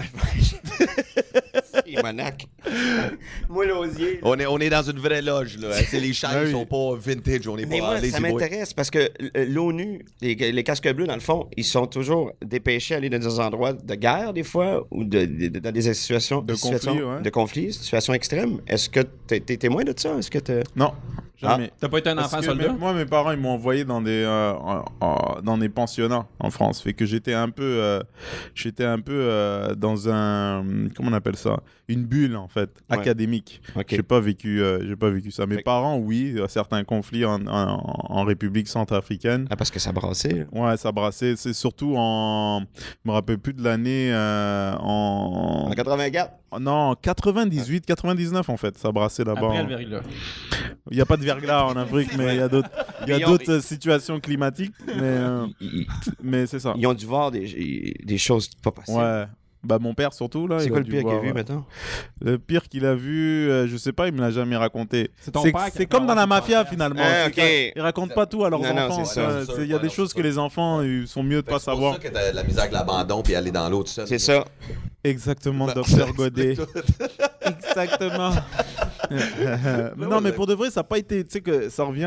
Monac. Moi, l'osier. On est dans une vraie loge, là. C'est les chaises Ben oui. sont pas vintage, on est Mais pas moi, lazy ça boy. m'intéresse parce que l'ONU, les casques bleus, dans le fond, ils sont toujours dépêchés à aller dans des endroits de guerre, des fois, ou dans des situations De conflit, ouais. situations extrêmes. Est-ce que t'es témoin de ça? Est-ce que t'es... Non, jamais. T'as pas été un Parce enfant que soldat? moi, mes parents, ils m'ont envoyé dans des pensionnats en France. Fait que j'étais un peu dans un, comment on appelle ça, une bulle en fait, Ouais. académique. Ok. J'ai pas vécu ça. Mes Fait- parents, oui, certains conflits en République centrafricaine. Ah, parce que ça brassait. Ouais, ça brassait. C'est surtout je me rappelle plus de l'année En 84. non, 98, 99 en fait, ça brassait là-bas. Après le verglas. Il n'y a pas de verglas en Afrique, mais il y a d'autres situations climatiques. Mais c'est ça. Ils ont dû voir des choses pas possibles. Ouais. Bah, mon père surtout, là. C'est quoi le pire qu'il a vu, maintenant? maintenant? Le pire qu'il a vu, je sais pas, il me l'a jamais raconté. C'est comme dans la mafia, finalement. Ah, ok. Ils racontent pas tout à leurs enfants. Il y a des choses que les enfants, ils sont mieux de pas savoir. C'est pour ça que t'as la misère avec l'abandon puis aller dans l'eau tout seul. C'est ça. Exactement, Dr Godet. Exactement. Non, mais pour de vrai, ça n'a pas été. Tu sais que ça revient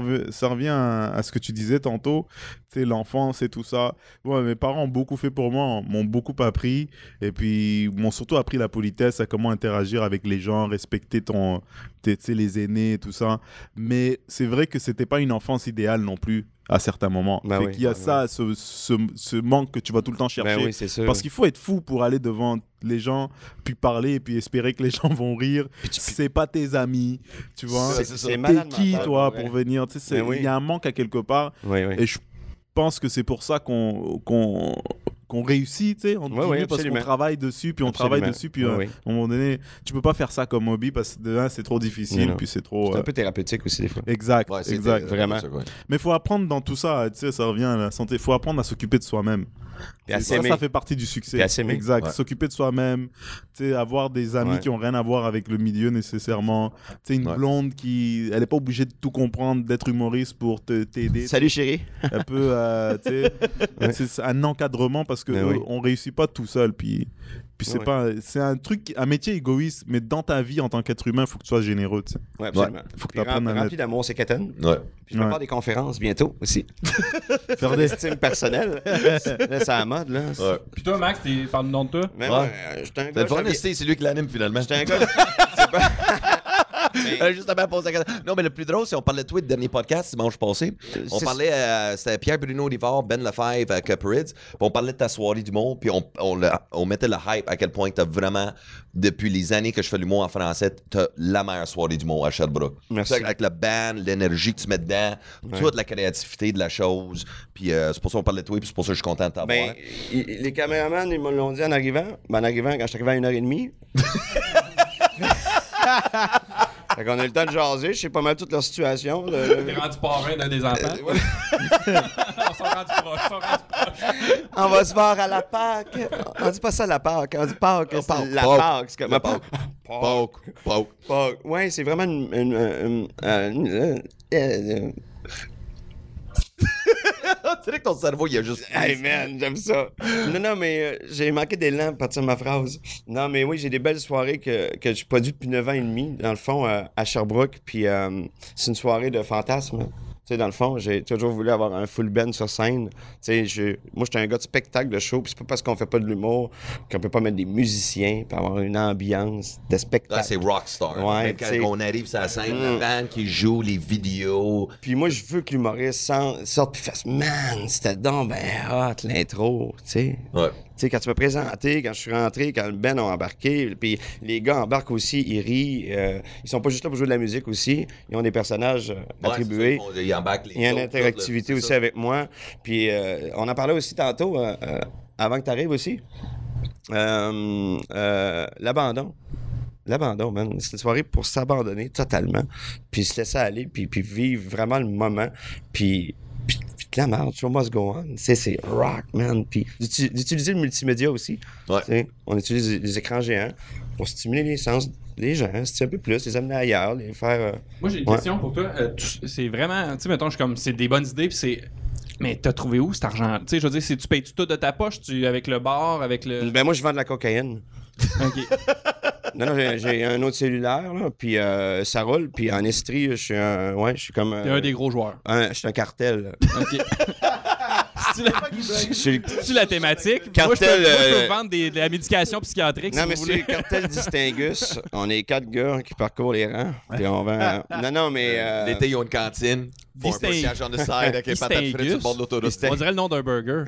à ce que tu disais tantôt. Tu sais, l'enfance et tout ça. Ouais, mes parents ont beaucoup fait pour moi, m'ont beaucoup appris. Et puis, m'ont surtout appris la politesse, à comment interagir avec les gens, respecter les aînés et tout ça. Mais c'est vrai que c'était pas une enfance idéale non plus. À certains moments. Il y a ce manque que tu vas tout le temps chercher. Ben oui, c'est sûr. Parce qu'il faut être fou pour aller devant les gens, puis parler, et puis espérer que les gens vont rire. C'est pas tes amis, tu vois. C'est T'es qui, toi, pour venir? Tu sais, il y a un manque à quelque part. Et je pense que c'est pour ça qu'on réussit, tu sais, parce qu'on travaille dessus, puis on travaille dessus, puis à un moment donné, tu peux pas faire ça comme hobby parce que de un, c'est trop difficile, puis c'est trop... C'est un peu thérapeutique aussi, des fois. Exact, Vraiment. Mais il faut apprendre dans tout ça, tu sais, ça revient à la santé, il faut apprendre à s'occuper de soi-même. Ça fait partie du succès. Exact, s'occuper de soi-même, tu sais, avoir des amis qui ont rien à voir avec le milieu nécessairement, tu sais, une blonde qui, elle est pas obligée de tout comprendre, d'être humoriste pour t'aider. Salut chérie. Un peu, tu sais, c'est un encadrement parce que on réussit pas tout seul, puis c'est pas, c'est un métier égoïste, mais dans ta vie en tant qu'être humain, il faut que tu sois généreux, tu sais. Ouais, absolument. Faut que tu apprennes à rempli d'amour, c'est Catane. Ouais. Puis je vais faire des conférences bientôt aussi. Faire des estimes personnelles. Là, c'est à la mode, là. Ouais. Puis toi, Max, parle nom de toi. Mais moi, j'étais un gars... C'est lui qui l'anime, finalement. J'étais un gars... C'est pas... Justement, poser la question. Non, mais le plus drôle, c'est qu'on parlait de toi le dernier podcast, dimanche passé. On parlait, c'était Pierre-Bruno Olivard, Ben Lefebvre, Cupperidge. On parlait de ta soirée d'humour, puis on mettait le hype à quel point t'as vraiment, depuis les années que je fais l'humour en français, t'as la meilleure soirée d'humour à Sherbrooke. Merci. Avec le band, l'énergie que tu mets dedans, toute la créativité de la chose. Puis c'est pour ça qu'on parlait de toi, puis c'est pour ça que je suis content de t'avoir. Ben, les caméramans, ils me l'ont dit en arrivant. Ben, en arrivant, quand je suis arrivé à 1h30. Fait qu'on a eu le temps de jaser, je sais pas mal toute leur situation. T'es rendu parrain d'un des enfants. On s'en rendu proche. On va se voir à la Pâques. On dit pas ça la Pâques, on dit Pâques. La Pâques, c'est comme... Pâques. Ouais, c'est vraiment Tu dirais que ton cerveau, il a juste... Hey man, j'aime ça. Non, mais j'ai manqué d'élan pour partir de ma phrase. Non, mais oui, j'ai des belles soirées que je produis depuis 9 ans et demi, dans le fond, à Sherbrooke. Puis c'est une soirée de fantasme. Tu sais, dans le fond, j'ai toujours voulu avoir un full band sur scène. Tu sais, moi, j'étais un gars de spectacle, de show, puis c'est pas parce qu'on fait pas de l'humour qu'on peut pas mettre des musiciens puis avoir une ambiance de spectacle. Là, c'est rockstar. Ouais, quand on arrive sur la scène, la band qui joue, les vidéos. Puis moi, je veux que l'humoriste sorte puis fasse « Man, c'était donc ben hot, l'intro, tu sais. » Ouais. Tu sais, quand tu m'as présenté, quand je suis rentré, quand le band a embarqué, puis les gars embarquent aussi, ils rient. Ils sont pas juste là pour jouer de la musique aussi. Ils ont des personnages attribués. Il y a une interactivité aussi avec moi. Puis on en parlait aussi tantôt, avant que tu arrives aussi. L'abandon. L'abandon, man. C'est une soirée pour s'abandonner totalement. Puis se laisser aller, puis vivre vraiment le moment. Puis la merde, show must go on. C'est rock, man. Puis d'utiliser le multimédia aussi. Ouais. On utilise les écrans géants pour stimuler les sens des gens, un peu plus, les amener ailleurs, les faire... Moi, j'ai une question pour toi. C'est vraiment... Tu sais, mettons, c'est des bonnes idées, puis c'est... Mais t'as trouvé où cet argent? Tu sais, je veux dire, tu payes-tu tout de ta poche? Avec le bar, avec le... Ben moi, je vends de la cocaïne. OK. Non, j'ai un autre cellulaire, là, puis ça roule. Puis en Estrie, je suis un... Ouais, je suis comme... T'es un des gros joueurs. Je suis un cartel. OK. C'est-tu la thématique? Cartel, moi, je peux vendre de la médication psychiatrique, non, si mais vous c'est voulez. le cartel Distingus. On est 4 gars qui parcourent les rangs. Puis on vend... Non, mais... L'été, ils ont une cantine. Pour un siège on the side avec les patates frites sur le bord de l'autoroute. On dirait le nom d'un burger.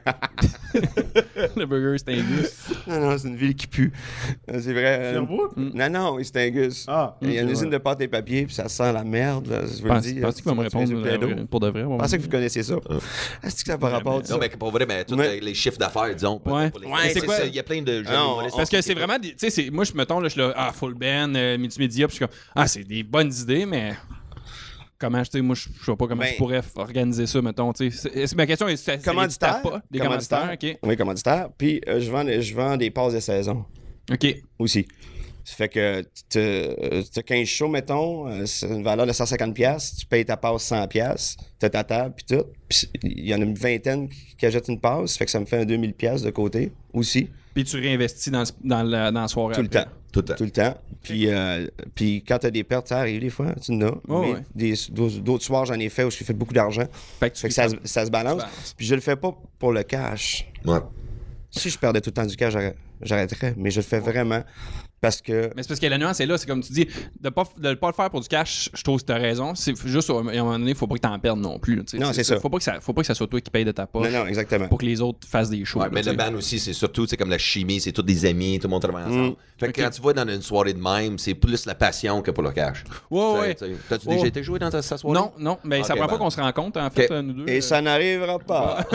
Le burger Stingus. Non, c'est une ville qui pue. C'est vrai. Sherbrooke? Non, Stingus. Ah, il y a une usine de pâte et papier, puis ça sent la merde. Là, je vous le dis. Penses-tu qu'il va me répondre pour de vrai? Je pensais que vous connaissiez ça. Est-ce que ça n'a pas rapport de ça? Non, mais pour vrai, mais tous les chiffres d'affaires, disons. Ouais. C'est quoi? Il y a plein de jeunes humoristes. Parce que c'est vraiment... Tu sais, moi, je me tombe, là, je suis là, full band, multimédia, puis je suis comme, c'est des bonnes idées, mais... comment, tu sais, moi, je sais pas comment je pourrais organiser ça, mettons, tu sais. Ma question est, c'est commanditaire, pas? Des commanditaires, OK. Oui, commanditaire. Puis, je vends des passes de saison. OK. Aussi. Ça fait que tu as 15 shows, mettons, c'est une valeur de 150$, tu payes ta passe 100$, tu as ta table, puis tout. Puis il y en a une vingtaine qui achètent une passe, ça fait que ça me fait un 2000$ de côté aussi. Puis tu réinvestis dans la soirée. Tout le temps. Tout le temps. Puis quand tu as des pertes, ça arrive des fois, tu en as. Oh, mais d'autres soirs, j'en ai fait où j'ai fait beaucoup d'argent. Fait que ça se balance. Puis je le fais pas pour le cash. Ouais. Si je perdais tout le temps du cash, j'arrêterais. Mais je le fais vraiment parce que... Mais c'est parce que la nuance est là, c'est comme tu dis, de pas le faire pour du cash, je trouve que t'as raison. C'est juste, à un moment donné, faut pas que t'en perdes non plus. Non, c'est ça. Faut pas que ça soit toi qui paye de ta poche. Non, exactement. Pour que les autres fassent des shows. Ouais, mais le band aussi, c'est surtout, c'est comme la chimie, c'est tous des amis, tout le monde travaille ensemble. Fait que quand tu vas dans une soirée de même, c'est plus la passion que pour le cash. Ouais. T'as-tu déjà été joué dans sa soirée? Non, mais c'est la première fois qu'on se rencontre, en fait, nous deux. Et ça n'arrivera pas.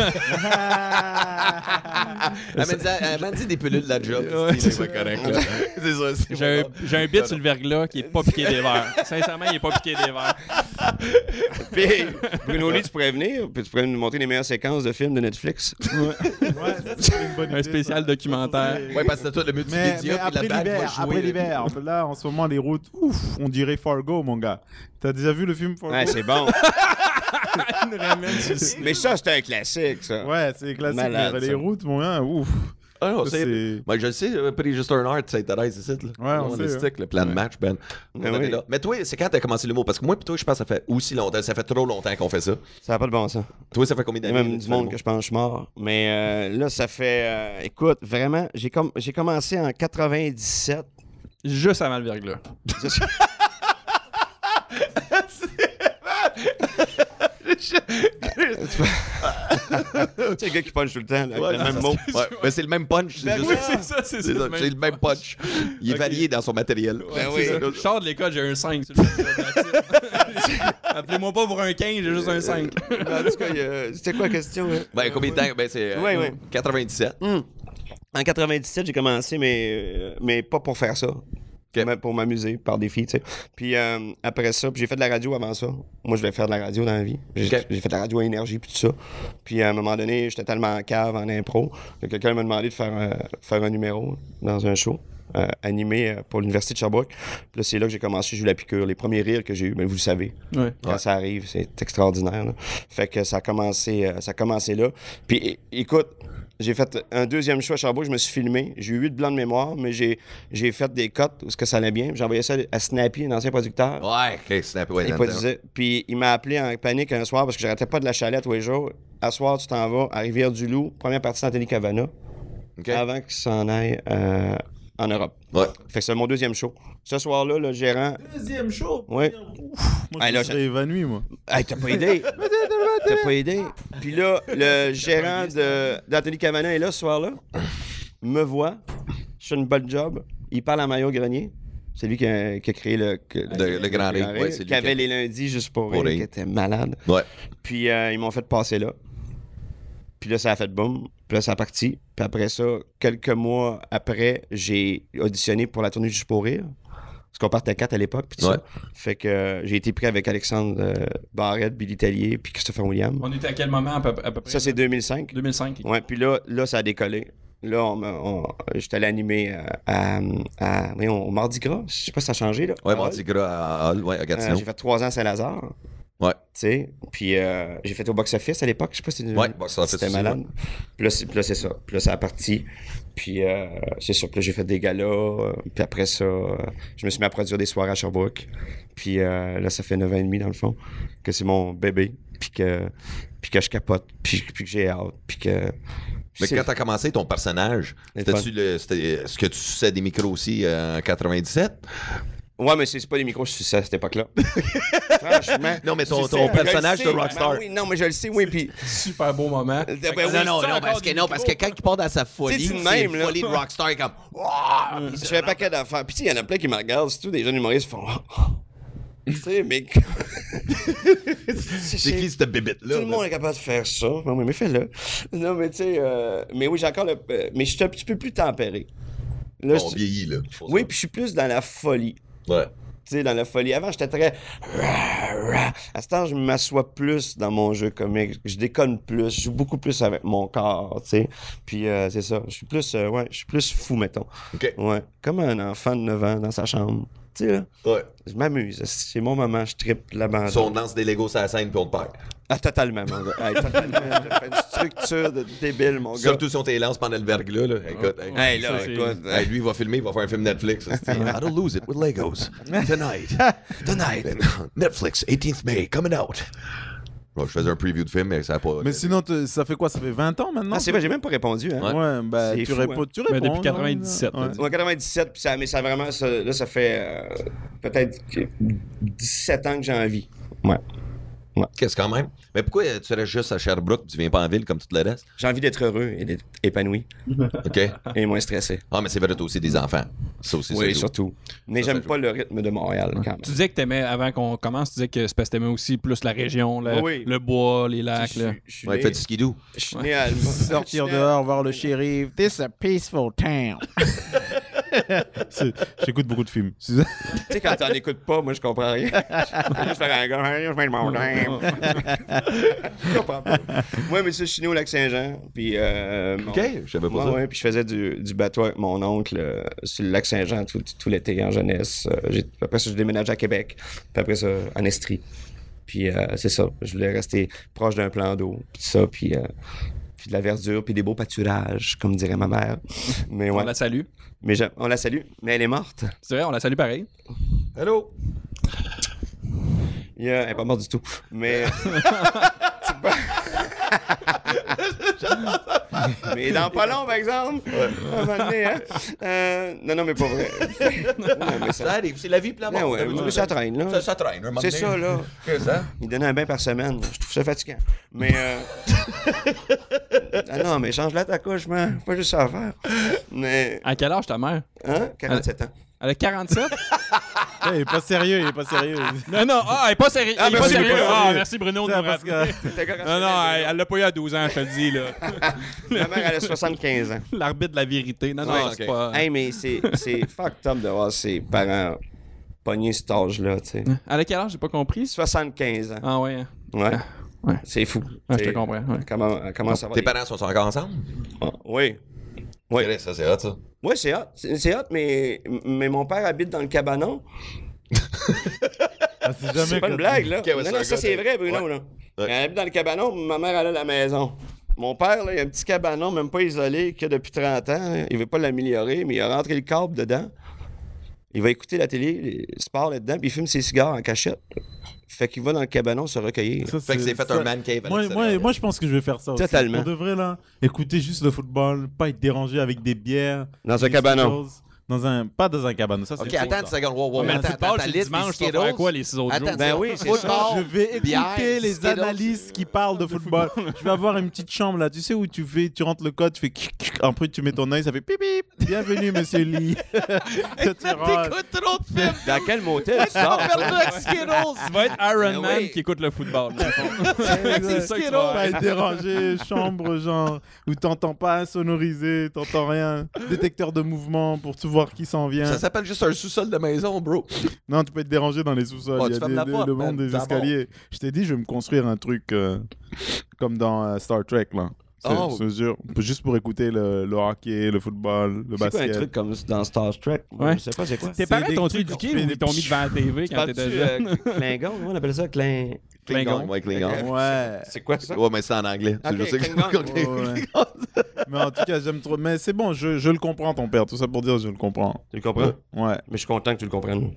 Elle m'a dit des pilules de la job. C'est pas correct. C'est ça. J'ai un bit sur le verglas qui est pas piqué des verres. Sincèrement, il est pas piqué des verres. Puis, Bruno Lee, tu pourrais venir, puis tu pourrais nous montrer les meilleures séquences de films de Netflix. C'est une bonne idée, un spécial documentaire. Ouais, parce que c'est toi le multimédia. Mais après l'hiver, là, en ce moment, les routes, on dirait Fargo, mon gars. T'as déjà vu le film Fargo? Ouais, c'est bon. Mais ça, c'est un classique, ça. Ouais, c'est classique. Malade, mais les routes, mon gars, ouf. Ah non, c'est... Moi, je le sais, Pretty Just Earn Art, ça t'intéresse ici. Ouais, on sait. Le plan de match, Ben. Oui. Là. Mais toi, c'est quand t'as commencé l'humour? Parce que moi, puis toi, je pense que ça fait aussi longtemps. Ça fait trop longtemps qu'on fait ça. Ça n'a pas de bon sens. Toi, ça fait combien Il y d'années? a même du monde que je pense que je suis mort. Mais là, ça fait... écoute, vraiment, j'ai commencé en 97. Juste avant le verglas. C'est le gars qui punch tout le temps, là, Ouais, avec le même mot. Ouais, mais c'est le même punch. Oui, c'est ça. C'est le même punch. Il est varié dans son matériel. Ben oui. Je sors de l'école, j'ai un 5 sur le verglas. Appelez-moi pas pour un 15, j'ai juste un 5. En tout cas, c'était quoi la question? Hein? Ben, combien de temps? Ben, c'est 97. En 97, j'ai commencé, mais pas pour faire ça. Okay. Pour m'amuser, par défi, tu sais. Puis après ça, puis j'ai fait de la radio avant ça. Moi, je voulais faire de la radio dans la vie. J'ai fait de la radio à énergie, puis tout ça. Puis à un moment donné, j'étais tellement en cave, en impro, que quelqu'un m'a demandé de faire un numéro dans un show. Animé pour l'Université de Sherbrooke. Puis là, c'est là que j'ai commencé, j'ai eu la piqûre. Les premiers rires que j'ai eu, mais vous le savez. Ouais. Quand ça arrive, c'est extraordinaire. Là. Fait que ça a commencé là. Puis écoute, j'ai fait un deuxième show à Sherbrooke, je me suis filmé. J'ai eu 8 blancs de mémoire, mais j'ai fait des cuts où ça allait bien. J'ai envoyé ça à Snappy, un ancien producteur. Ouais, ok, Snappy, ouais. Puis il m'a appelé en panique un soir parce que j'arrêtais pas de la chalet tous les jours. À soir, tu t'en vas à Rivière-du-Loup, première partie d'Anthony Cavana, avant qu'il s'en aille en Europe. Ouais. Fait que c'est mon deuxième show. Ce soir-là, le gérant... Deuxième show? Ouais. Moi, je serais évanoui, moi. Hey, t'as pas idée. T'as pas idée. Puis là, le gérant d'Anthony Cavana est là ce soir-là. Me voit. Je fais une bonne job. Il parle à Mario Grenier. C'est lui qui a créé le Grand Rire. Ouais, c'est lui qui avait les lundis juste pour rire, qui était malade. Ouais. Puis ils m'ont fait passer là. Puis là, ça a fait boum. Puis là, ça a parti. Puis après ça, quelques mois après, j'ai auditionné pour la tournée Juste pour rire. Parce qu'on partait 4 à l'époque. Puis ça. Fait que j'ai été pris avec Alexandre Barrette, Billy Tellier, puis Christopher William. On était à quel moment à peu près? Ça, c'est 2005. 2005. Ouais, puis là, ça a décollé. Là, j'étais allé animer au Mardi Gras. Je sais pas si ça a changé, là. Ouais, Mardi Gras à Gatineau. J'ai fait 3 ans à Saint-Lazare. Ouais. Tu sais, puis j'ai fait au box-office à l'époque. Je sais pas si c'était malade. Puis là, c'est ça. Puis là, ça a parti. Puis c'est sûr. Puis là, j'ai fait des galas. Puis après ça, je me suis mis à produire des soirées à Sherbrooke. Puis là, ça fait 9 ans et demi, dans le fond, que c'est mon bébé. Puis que je capote. Puis que j'ai hâte. Puis que... Mais quand t'as commencé ton personnage, est-ce que tu suçais des micros aussi en 97? Ouais, mais c'est pas des micros, je suis à cette époque-là. Franchement. Non, mais ton personnage de rockstar. Ben oui, non, mais je le sais, oui, puis... Super beau moment. Non, parce que quand il part dans sa folie, c'est une folie de rockstar comme... Je fais un paquet d'affaires. Puis il y en a plein qui me regardent, c'est tout des jeunes humoristes qui font... Tu sais, mais... C'est qui cette bébête-là? Tout le monde est capable de faire ça. Non, mais fais-le. Non, mais tu sais... Mais oui, j'ai encore le... Mais je suis un petit peu plus tempéré. Là, on vieillit, là. Oui, puis je suis plus dans la folie. Ouais. sais, dans la folie. Avant, j'étais très... À ce temps, je m'assois plus dans mon jeu comique. Je déconne plus. Je joue beaucoup plus avec mon corps, tu sais. Puis c'est ça. Je suis plus fou, mettons. OK. Ouais. Comme un enfant de 9 ans dans sa chambre. Tu sais, là. Ouais. Je m'amuse. C'est mon moment. Je trippe l'abandon. Si on danse des Legos sur la scène puis on te perd. Ah, totalement, mon gars. Hey, totalement. J'ai fait une structure de débile, mon gars. Surtout si on t'élance pendant le verglas, là. Écoute, Hey, là, Ça, écoute. hey, lui, il va filmer, il va faire un film Netflix. How to lose it with Legos. Tonight. Netflix, 18th May, coming out. Bon, je faisais un preview de film, mais ça n'a pas... Mais sinon, ça fait quoi? Ça fait 20 ans maintenant? Ah, c'est vrai, j'ai même pas répondu, hein. Ouais, bah, C'est tu fou, réponds. hein. Tu réponds. depuis 97, non? là, Ouais. Ouais, 97, puis mais ça vraiment, là, ça fait peut-être 17 ans que j'ai envie. Ouais. Qu'est-ce quand même? Mais pourquoi tu restes juste à Sherbrooke, tu viens pas en ville comme tout le reste? J'ai envie d'être heureux et d'être épanoui OK? et moins stressé. Ah, mais c'est vrai, t'as aussi des enfants. Ça aussi, Oui, c'est tout. surtout. Mais Ça, j'aime pas le rythme de Montréal, quand même. Tu disais que t'aimais, avant qu'on commence, tu disais que c'est parce que t'aimais aussi plus la région, Oui. le bois, les lacs. Là. Je suis Ouais, né- fais du skidoo. je suis né à... Sortir dehors, voir le shérif. This is a peaceful town. J'écoute beaucoup de films. Tu sais, quand t'en écoutes pas, moi, je comprends rien. Je juste faire un gars, je viens de Montréal. Je comprends pas. Moi, mais ça, je suis né au Lac-Saint-Jean. Puis, OK, je savais pas ça. Ouais, puis je faisais du bateau avec mon oncle sur le Lac-Saint-Jean tout l'été en jeunesse. Après ça, je déménage à Québec. Puis après ça, en Estrie. Puis c'est ça. Je voulais rester proche d'un plan d'eau. Puis ça, puis de la verdure, puis des beaux pâturages, comme dirait ma mère. Mais ouais. On la salue. Mais on la salue, mais elle est morte. C'est vrai, on la salue pareil. Hello! Elle est pas morte du tout. Mais. Mais dans pas long, par exemple. À un moment donné, hein? Non, mais pas vrai. Ouais, mais Ça arrive, c'est la vie, puis la mort. ouais, ça traîne, là. Ça traîne, un moment C'est donné. ça, là. Qu'est-ce que ça? Il donnait un bain par semaine. Je trouve ça fatigant. Mais. Ah non, mais change-la ta couche, man. Pas juste ça à faire. Mais. À quel âge ta mère? Hein? 47 ans. Elle a 47? Il est pas sérieux, il est pas sérieux. Non, elle est pas sérieuse. Ah, elle est pas merci, sérieux. pas Ah, sérieux. merci Bruno de Ça, nous parce que- rappeler. Non, elle l'a pas eu à 12 ans, je te le dis, là. Ma mère, elle a 75 ans. L'arbitre de la vérité. Non, Ouais, c'est ok. pas... Hey, mais c'est fucked up de voir ses parents pogner cet âge-là, tu sais. Elle a quel âge? J'ai pas compris. 75 ans. Ah ouais. Ouais. Ouais. C'est fou. Ouais, je te T'sais, comprends. Ouais. Comment ça va? Tes parents sont encore ensemble? Ah, oui. Oui. Ouais. Ça, c'est hot, ça. Oui, c'est hot. C'est hot, mais mon père habite dans le cabanon. Ah, c'est jamais C'est pas une que- blague, là. Ok, ouais, non, c'est non, un ça, gars c'est de- vrai, Bruno, Ouais. là. Ouais. Elle habite dans le cabanon, ma mère, elle a la maison. Mon père, là, il a un petit cabanon, même pas isolé, qu'il a depuis 30 ans. Il veut pas l'améliorer, mais il a rentré le câble dedans. Il va écouter la télé, le sport là-dedans, puis il fume ses cigares en cachette. Fait qu'il va dans le cabanon se recueillir. Ça, Fait que c'est fait ça- un man cave à Moi, l'extérieur. moi, je pense que je vais faire ça aussi. Totalement. On devrait, là, écouter juste le football, pas être dérangé avec des bières. Dans un des cabanon. Skittles. Pas dans un cabanon, ça c'est OK, faux, attends ça. une seconde. Wow, Mais le attends, football, attends, c'est liste, dimanche, les tu vas faire Skittles. quoi les 6 autres jours? Attends, Ben oui, c'est football, ça. Je vais écouter bière, les Skittles. analystes qui parlent de football. Je vais avoir une petite chambre là, tu sais où tu rentres le code, tu fais après tu mets ton œil, ça fait pip pip. Bienvenue monsieur Lee. Tu rentres. T'écoutes trop de films. Dans quel motel tu sors? T'as perdu avec Skittles. Tu vas être Iron Ben Man oui. qui écoute le football. dans le fond. C'est ça que tu vas pas être dérangé, chambre genre où t'entends pas sonorisé, t'entends rien, détecteur de mouvement pour tout voir qui s'en vient. Ça s'appelle juste un sous-sol de maison, bro. Non, tu peux être dérangé dans les sous-sols. Oh, Il y tu a fermes la porte, le monde man. des Ça escaliers. Je t'ai dit, je vais me construire un truc comme dans Star Trek là. Oh. C'est sûr. Juste pour écouter le hockey, le football, le C'est quoi un basket. truc comme dans Star Trek? Ouais. Je sais pas c'est quoi. Tes C'est parents des t'ont trucs éduqué qu'on fait ou des ils t'ont mis devant la TV quand t'étais jeune? Klingon, on appelle ça Klingon. Ouais, Klingon. Ouais. C'est quoi ça? Ouais, mais c'est en anglais. Ok, Je sais que- Klingon. Ouais. Mais en tout cas, j'aime trop. Mais c'est bon, je le comprends, ton père. Tout ça pour dire, je le comprends. Tu le comprends? Ouais. Mais je suis content que tu le comprennes.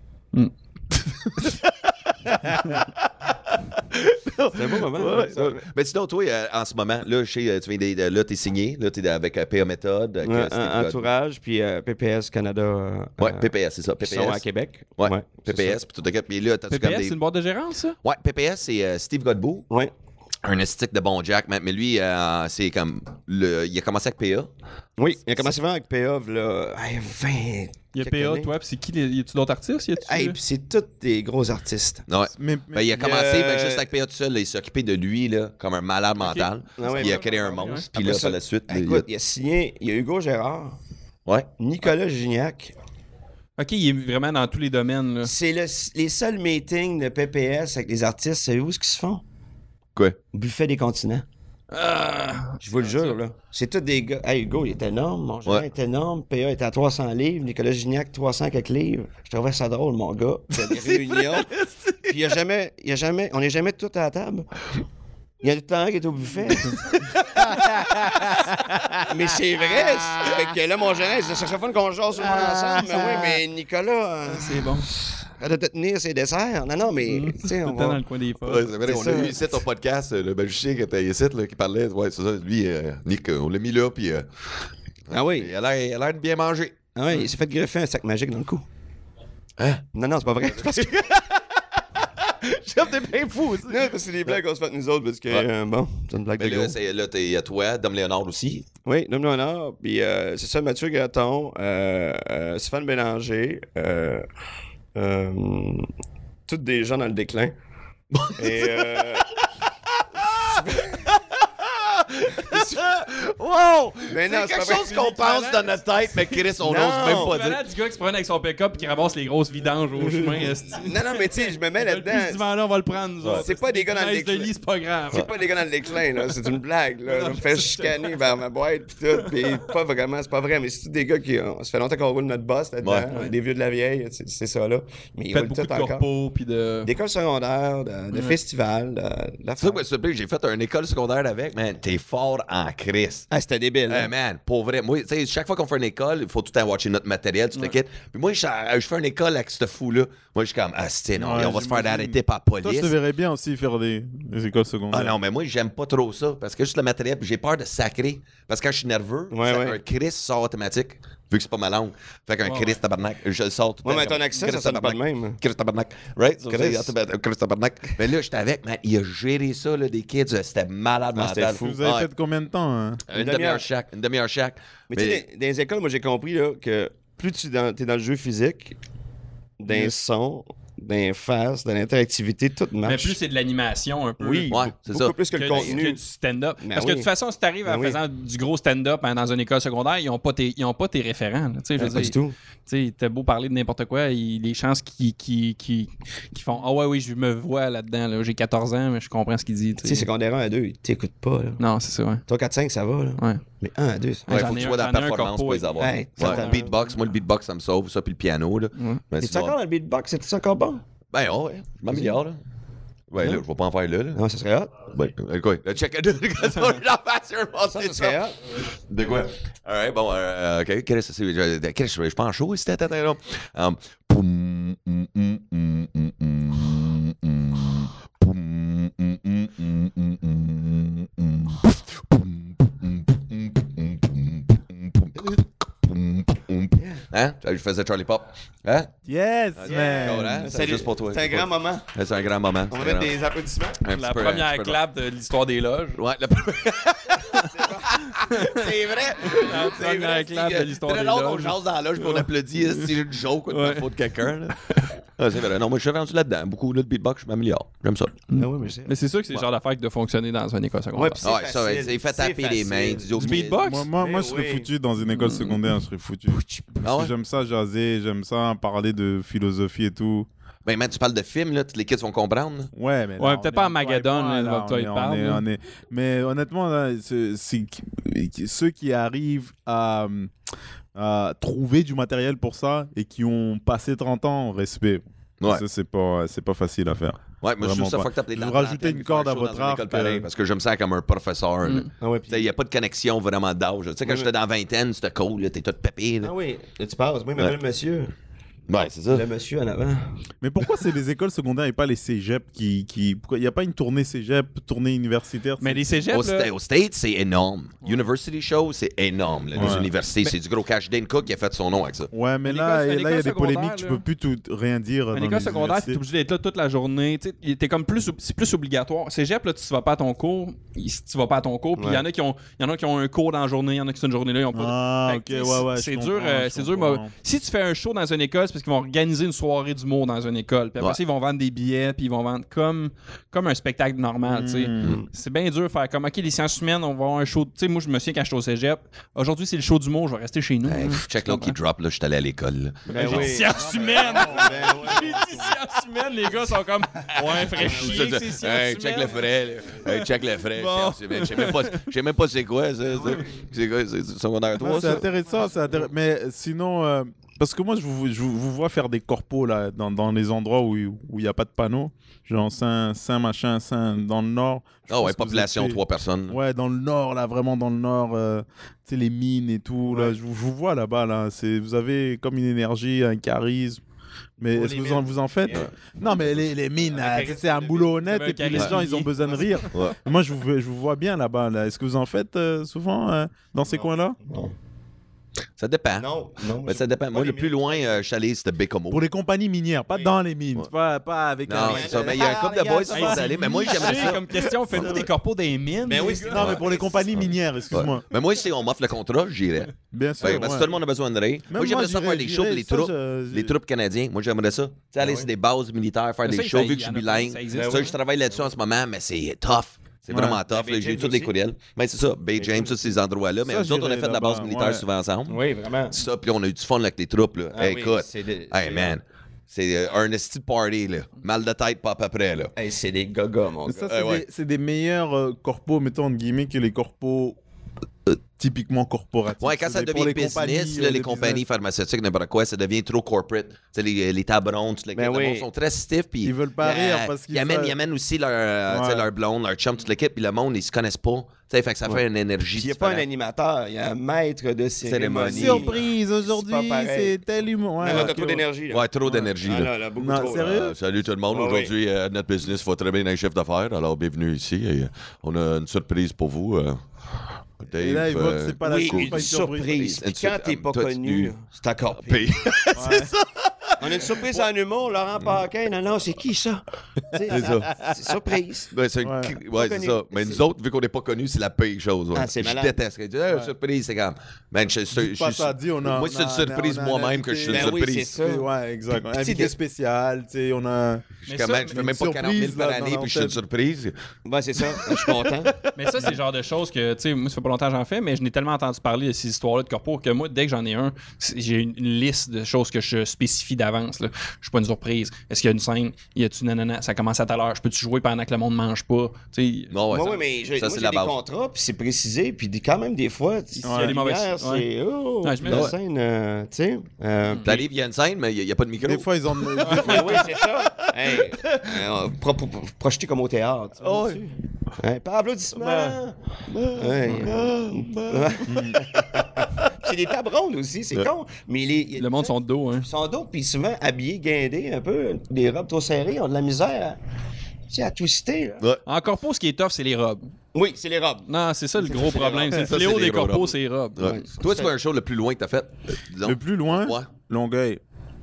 C'est un beau moment. Ouais, ouais. Mais sinon, toi, en ce moment, là, je sais, tu viens là, t'es signé, là, t'es avec PA Méthode. avec, Ouais, Steve God. entourage, puis PPS Canada. Ouais, PPS, c'est ça. Qui sont à PPS. Québec. Ouais, c'est PPS. Puis tout le Puis là, t'as-tu comme PPS, des. c'est une boîte de gérance, ça? Ouais, PPS, c'est Steve Godbout. ça. Ouais. Un estique de bon Jack, mais lui, c'est comme. Il a commencé avec PA. Oui, il a commencé vraiment avec PA, là. Hey, 20. Il y a quelques PA, années. toi, puis c'est qui? Y a-tu d'autres artistes? Y a-tu... Hey, puis c'est tous des gros artistes. Ouais. Mais, Ben, il a commencé Euh, juste avec PA tout seul. Là, il s'est occupé de lui là, comme un malade mental. Ah ouais, Puis il a ouais. créé un monstre. Puis Après là, ça, par la suite. Écoute, il a signé, il y a Hugo Gérard, Ouais. Nicolas Gignac, OK, il est vraiment dans tous les domaines. Là. C'est les seuls meetings de PPS avec les artistes, savez-vous ce qu'ils se font? Quoi? Buffet des continents. Je vous le jure, là. C'est tous des gars. Hey, Hugo, il est énorme. Mon gérant est énorme. PA était à 300 livres. Nicolas Gignac, 300 quelques livres. Je trouvais ça drôle, mon gars. Il y a des réunions. Puis il y a jamais. On n'est jamais tous à la table. Il y a tout le temps un qui est au buffet. Mais c'est vrai. Fait que là, mon gérant, il dit, ça serait fun qu'on jase sur le monde ensemble. Mais oui, mais Nicolas. C'est bon. Elle doit te tenir ses desserts. Non, mais. Tu sais, on va. Dans le coin des fois. Ouais, c'est vrai, on a eu ici ton podcast, le magicien qui était ici, là, qui parlait. Ouais, c'est ça. Lui, Nick, on l'a mis là, puis. Ah oui. Il a l'air de bien manger. Ah oui, il s'est fait greffer un sac magique dans le cou. Hein? Non, c'est pas vrai. Parce que. T'es bien fou, ça. Non, parce que c'est des blagues qu'on se fait nous autres, parce que, bon, c'est une blague Mais de là, gros. là, t'es à toi, Dom Léonard aussi. Oui, Dom Léonard, puis c'est ça, Mathieu Graton, Stéphane Bélanger, tous des gens dans le déclin. Et, Wow! Mais non, c'est quelque pas chose vrai. qu'on pense dans notre tête, mais Chris, on n'ose même pas dire. Voilà du gars qui se promène avec son pick-up et qui ramasse les grosses vidanges au chemin. Non, mais tu sais, je me mets Plus ce là-dedans. divan-là, on va le prendre, nous autres. C'est pas des gars dans le Nice de déclin. lit, c'est pas grave. C'est pas des gars dans le déclin, là. C'est une blague, là. On me fait chicaner vers ma boîte, pis tout. Pis pas vraiment, c'est pas vrai, mais c'est tous des gars qui. Ça fait longtemps qu'on roule notre boss là-dedans. Ouais. Des vieux de la vieille, c'est ça, là. Mais ils Faites roulent beaucoup tout de encore. corpos puis de... D'école secondaire, de festivals, de la Tu sais quoi, s'il te plaît, j'ai fait une école secondaire avec, man, t'es fort en Chris. Ah, c'était débile. Hey, man, pour vrai. Moi, tu sais, chaque fois qu'on fait une école, il faut tout le temps watcher notre matériel, tu te quittes. Puis moi, je fais une école avec ce fou-là. Moi, je suis comme, ah, c'est non, Ouais, on va se faire j'imagine. arrêter par la Toi, je police. te verrais bien aussi faire des écoles secondaires. Ah non, mais moi, j'aime pas trop ça. Parce que juste le matériel, puis j'ai peur de sacrer. Parce que quand je suis nerveux, Ouais, ouais. un Chris sort automatique. Vu que c'est pas ma langue. Fait qu'un Chris tabarnak, je le sors tout le Ouais, temps mais ton comme accent, Chris ça sonne pas de tabarnak. même. Chris tabarnak. Right? Chris. Tabarnak. Mais là, j'étais avec, man. Il a géré ça, là, des kids. C'était malade Ah, c'était mental. fou. Vous avez Ouais. fait combien de temps? Hein? Une demi-heure chaque. Une demi-heure chaque. Mais tu sais, dans les écoles, moi, j'ai compris là, que plus tu es dans le jeu physique, d'un son, d'un face, de l'interactivité, tout Mais marche. plus c'est de l'animation un peu. Oui, Ouais, c'est beaucoup ça. plus que le que contenu. du stand-up. Ben Parce que de oui. toute façon, si tu arrives en Ben oui. faisant du gros stand-up dans une école secondaire, ils n'ont pas tes référents. là. Tu sais, je veux Pas dire, du tout. tu sais, t'as beau parler de n'importe quoi, les chances qui font « Ah ouais, oui, je me vois là-dedans. Là. J'ai 14 ans, mais je comprends ce qu'il dit. » Tu sais, secondaire 1 à 2, ils t'écoutent pas. Là. Non, c'est ça, ouais. Toi, 4-5, ça va. Là. Ouais. Mais 1 à 2, ça. Ouais, J'en faut que ai tu un- sois dans j'en la ai un performance corpo, pour les avoir. ouais, Ouais, totalement. le beatbox, moi, le beatbox, ça me sauve. Ça, puis le piano, là. Mais T'es sinon- encore dans le beatbox? C'est encore bon? Ben, ouais, je m'améliore, là. Ouais, là, je vais pas en faire là. Non, ça serait hot. Ouais, quoi? Check it. Ça serait hot. De quoi? Alright, bon, ok. Quel est ce que je suis pas en show, c'était là. Hein? Je faisais Charlie Pop. Hein? Yes, Cool, man! hein? C'est juste pour toi. C'est un grand moment. C'est un grand moment. On va mettre des applaudissements. Un La petit peu, première un petit peu clap de l'histoire des loges. Ouais, la première. C'est vrai. La première clap de l'histoire Très des long qu'on loges. jase dans la loge puis on applaudit si j'ai une joke ou une faute de quelqu'un. Là. Ah, c'est vrai. Non, moi, je suis rendu là-dedans. Beaucoup là, de beatbox, je m'améliore. J'aime ça. Ah oui, mais c'est. Mais c'est sûr que c'est le genre d'affaire qui doit fonctionner dans une école secondaire. Ouais, puis Ouais, ça, facile. c'est fait C'est taper les mains. facile. Du beatbox? Moi, Mais je serais oui. foutu dans une école secondaire, je serais foutu. Parce Ah ouais? que j'aime ça jaser, j'aime ça parler de philosophie et tout. Ben, man, tu parles de film, là. Tous les kids vont comprendre. Là. Ouais, mais Ouais, là, peut-être on pas est Armageddon, toi et moi, là, là, toi, il parle, là. Mais honnêtement, là, c'est ceux qui arrivent à trouver du matériel pour ça et qui ont passé 30 ans, respect. Ouais. Ça, c'est pas facile à faire. Ouais, moi, je trouve Vraiment ça pas. fucked up. Je veux rajouter une corde à votre arc, Parce que je me sens comme un professeur. là. Ah ouais, Tu sais, il n'y a pas de connexion vraiment d'âge. Tu sais, quand Ouais, j'étais dans la vingtaine, c'était cool. T'es tout pépé. Là. Ah oui, là, tu passes. Moi, il m'appelle monsieur. Ouais, c'est ça. Le monsieur en avant. Mais pourquoi c'est les écoles secondaires et pas les cégeps qui... Pourquoi il n'y a pas une tournée cégep, tournée universitaire? Mais les cégeps, Au States, c'est énorme. University Show, c'est énorme. Là, les Ouais. universités, c'est du gros cash. Dane Cook qui a fait son nom avec ça. Ouais, mais À là, l'école il y a des secondaire, polémiques, tu là. peux plus rien dire. à dans l'école les secondaire, t'es universités. obligé d'être là toute la journée. Tu sais, t'es comme c'est plus obligatoire. Cégep, là, tu vas pas à ton cours. Tu vas pas à ton cours. Puis il y en a qui ont un cours dans la journée. Il y en a qui sont une journée là, ils ont pas. Ah, Fait ok, que, tu sais, ouais, c'est je dur. comprends, C'est je dur. comprends. Si tu fais un show dans une école, c'est parce parce qu'ils vont organiser une soirée d'humour dans une école. Puis après ça, ils vont vendre des billets, puis ils vont vendre comme un spectacle normal, tu sais. C'est bien dur de faire comme, OK, les sciences humaines, on va avoir un show. Tu sais, moi, je me souviens quand j'étais au cégep. Aujourd'hui, c'est le show d'humour, je vais rester chez nous. Check là qui drop, là, je suis allé à l'école. J'ai dit sciences humaines! J'ai dit sciences humaines, les gars sont comme, ouais, ferait chier que c'est sciences humaines. Check le frais, check le frais. Je sais même pas c'est quoi, ça. C'est quoi, c'est secondaire 3, c'est intéressant, mais sinon, parce que moi, je vous vois faire des corpos là, dans les endroits où il n'y a pas de panneau. Genre Saint-Machin, dans le nord. Ah ouais, population 3 personnes. Ouais, dans le nord, là, vraiment dans le nord. Tu sais, les mines et tout. Là, je vous vois là-bas. Là. Vous avez comme une énergie, un charisme. Mais est-ce que vous en faites? Non, mais les mines, c'est un boulot honnête et puis les gens, ils ont besoin de rire. Moi, je vous vois bien là-bas. Là. Est-ce que vous en faites souvent dans ces coins-là? Non. Ça dépend. Non. Mais ça dépend. Moi, le plus loin, je suis allé, c'était Bécomo. Pour les compagnies minières, pas dans les mines. Pas avec non, c'est ça. Mais il y a un couple de boys qui sont allés. Mais moi, j'aimerais ça. Comme question, faites-vous des corpos des mines? Mais oui, non, mais pour les compagnies minières, excuse-moi. Mais moi, si on m'offre le contrat, j'irais. Bien sûr. Parce que tout le monde a besoin de rire. Moi, j'aimerais ça faire des shows pour les troupes canadiens. Moi, j'aimerais ça. Tu sais, aller sur des bases militaires, faire des shows, vu que je suis bilingue. Ça, je travaille là-dessus en ce moment, mais c'est tough. C'est vraiment tough. J'ai eu tous les courriels. Mais c'est ça, Bay James, tous ces endroits-là. Mais nous autres, on a fait de la base militaire souvent ensemble. Oui, vraiment. C'est ça, puis on a eu du fun avec les troupes. Là. Ah, écoute, oui, hey man, c'est un esti de party, là. Mal de tête, pas à peu près, là. Hey, c'est des gagas, mon gars. Ça, c'est des meilleurs corpos, mettons, entre guillemets, que les corpos typiquement corporatifs. Ouais, quand ça devient business, là, les compagnies pharmaceutiques, n'importe quoi, ça devient trop corporate. Tu sais, les tables rondes, les monde sont très stiffs. Puis ils veulent pas rire parce qu'ils ils amènent aussi leur blonde, leur chum, toute l'équipe, puis le monde, ils se connaissent pas. Tu sais, fait que ça fait une énergie. Il n'y a pas un animateur, il y a un maître de cérémonie. Surprise, aujourd'hui, c'est tel humour. Ouais, t'as trop d'énergie. Là. Ouais, trop d'énergie. Là, beaucoup trop. Sérieux? Salut tout le monde. Aujourd'hui, notre business va très bien dans les chiffres d'affaires. Alors, bienvenue ici. Et on a une surprise pour vous. Dave, et là, il voit que c'est pas la une surprise. Puis quand t'es pas connu, c'est encore pire. C'est ça. On a une surprise en humour, Laurent Paquin. Non, c'est qui ça? C'est ça. C'est surprise. Ouais, c'est ça. Mais nous autres, vu qu'on n'est pas connus, c'est la pire chose. Ouais. Ah, c'est malade. Je déteste. Surprise, c'est comme. Man, moi, c'est une surprise moi-même que je suis une surprise. Oui, c'est ça. Ouais, exact. Un invité spécial, tu sais, on a. Je fais même pas 40 000 par année, puis je suis une surprise. Ouais, c'est ça. Je suis content. Mais ça, c'est le genre de choses que, tu sais, moi, ça fait pas longtemps que j'en fais, mais je n'ai tellement entendu parler de ces histoires-là de corpo que moi, dès que j'en ai un, j'ai une liste de choses que je spécifie d'avance. Je suis pas une surprise. Est-ce qu'il y a une scène? Y a-tu nanana? Ça commence à telle heure. Je peux-tu jouer pendant que le monde mange pas? Non, oui, mais j'ai des contrats, puis c'est précisé, puis quand même, des fois, il y a des mauvaises c'est. Oh, la scène, tu sais. T'arrives, il y a une scène, mais il n'y a pas de micro. Des fois, ils ont. Oui, c'est ça. Projeté comme au théâtre. Oh, par applaudissement. C'est des tables rondes aussi, c'est con. Mais le monde sont de dos, hein. Ils sont de dos, puis souvent habillés, guindés, un peu, des robes trop serrées, ont de la misère à twister. Ouais. En corpo, ce qui est tough, c'est les robes. Oui, c'est les robes. Non, c'est ça le gros problème. C'est le fléau des corpos, c'est les robes. Ouais. Toi, c'est quoi un show le plus loin que t'as fait? Disons. Le plus loin? Ouais. Longueuil.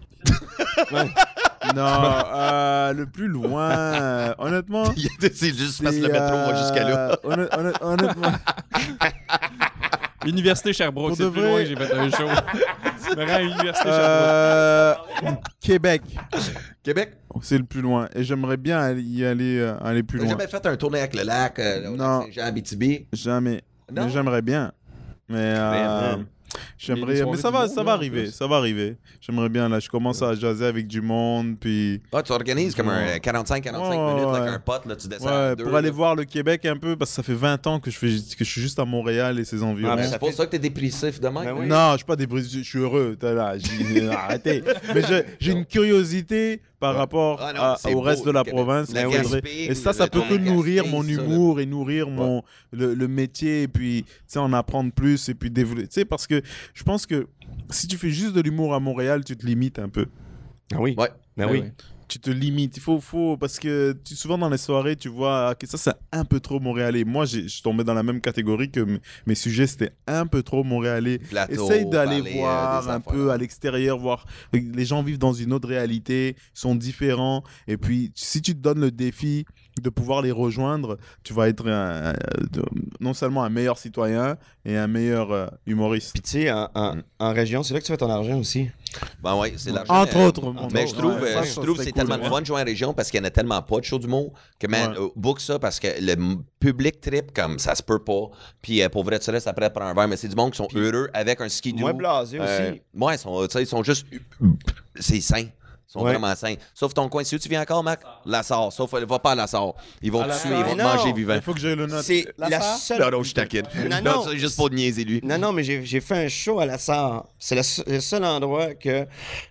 Non, le plus loin, honnêtement. C'est juste parce que le métro va jusqu'à là. Honnêtement. Université Sherbrooke, c'est le plus loin que j'ai fait un show. C'est vraiment Université Sherbrooke. Québec. Québec? C'est le plus loin. Et j'aimerais bien y aller plus loin. T'as jamais fait un tournée avec le lac, non. Saint-Jean, Abitibi? Jamais. Non? Mais j'aimerais bien. Mais j'aimerais, mais ça va arriver. J'aimerais bien, là, je commence à jaser avec du monde, puis... Ah, tu organises comme un 45 minutes avec un pote, là, tu descends à deux, pour aller voir le Québec un peu, parce que ça fait 20 ans que je suis juste à Montréal et ses environs. C'est pour ça que t'es dépressif demain. Ben oui. Non, je suis pas dépressif, je suis heureux. Arrêtez. Mais j'ai une curiosité par rapport au reste de la province. Et ça peut que nourrir mon humour et nourrir le métier, et puis en apprendre plus et puis développer. Tu sais, parce que je pense que si tu fais juste de l'humour à Montréal, tu te limites un peu. Ah oui. Ouais. Ben oui. Tu te limites. Il faut parce que souvent dans les soirées, tu vois que ça c'est un peu trop montréalais. Moi, je tombais dans la même catégorie que mes sujets, c'était un peu trop montréalais. Essaye d'aller voir un peu à l'extérieur, voir les gens vivent dans une autre réalité, sont différents. Et puis, si tu te donnes le défi de pouvoir les rejoindre, tu vas être non seulement un meilleur citoyen et un meilleur humoriste. Puis tu sais, en région, c'est là que tu fais ton argent aussi. Ben oui, c'est l'argent. Entre autres. Mais je trouve que c'est tellement de fun de jouer en région parce qu'il n'y en a tellement pas de show d'humour que, man, book ça parce que le public trip comme ça se peut pas. Puis pour vrai, tu laisses après prendre un verre, mais c'est du monde qui sont heureux avec un skidoo. Moins blasé aussi. Ouais, ils sont juste. C'est sain. Ils sont vraiment sains. Sauf ton coin. Si tu viens encore, Mac, la sort. Sauf, va pas à la sort. Ils vont te tuer, ils vont te manger vivant. Il faut que j'aie le note. C'est la seule. Non, je t'inquiète. Non, c'est juste pour niaiser lui. Non, mais j'ai fait un show à la Sarre. C'est le seul endroit que.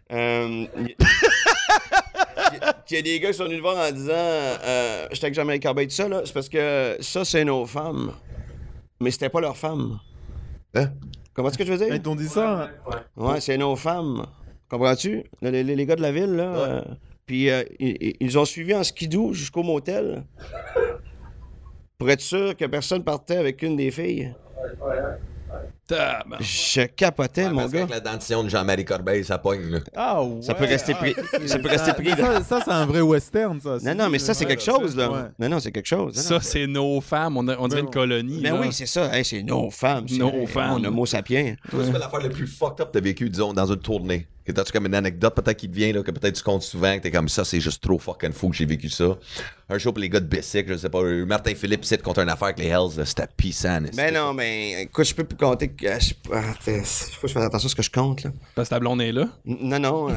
qu'il y a des gars qui sont venus le voir en disant j'étais avec Jean-Marie Corbeil, tout ça, là. C'est parce que ça, c'est nos femmes. Mais c'était pas leurs femmes. Hein? Comment est-ce que je veux dire? Ils t'ont dit ça? Ouais, c'est nos femmes. Comprends-tu? Les gars de la ville, là. Puis ils ont suivi en skidoo jusqu'au motel. Pour être sûr que personne partait avec une des filles. Je capotais, mon gars. Avec la dentition de Jean-Marie Corbeil, ça pogne, là. Ah ouais. Ça peut rester pris. Ça peut rester pris. Ça, c'est un vrai western, ça. Non, mais ça, c'est quelque chose, là. Non, c'est quelque chose. Ça, c'est nos femmes. On dirait une colonie. Mais oui, c'est ça. Hey, c'est nos femmes. Nos femmes. On homo sapiens. Toi, c'est l'affaire le plus fucked up que t'as vécu, disons, dans une tournée. Que t'as-tu comme une anecdote peut-être qui te vient, là, que peut-être tu comptes souvent, que t'es comme ça, c'est juste trop fucking fou que j'ai vécu ça. Un show pour les gars de Bessic, je sais pas, Martin Philippe cite contre une affaire avec les Hells, c'était pissant. Mais non, mais écoute, je peux plus compter que. Faut que je fasse attention à ce que je compte, là. Parce que ta blonde est là. Non.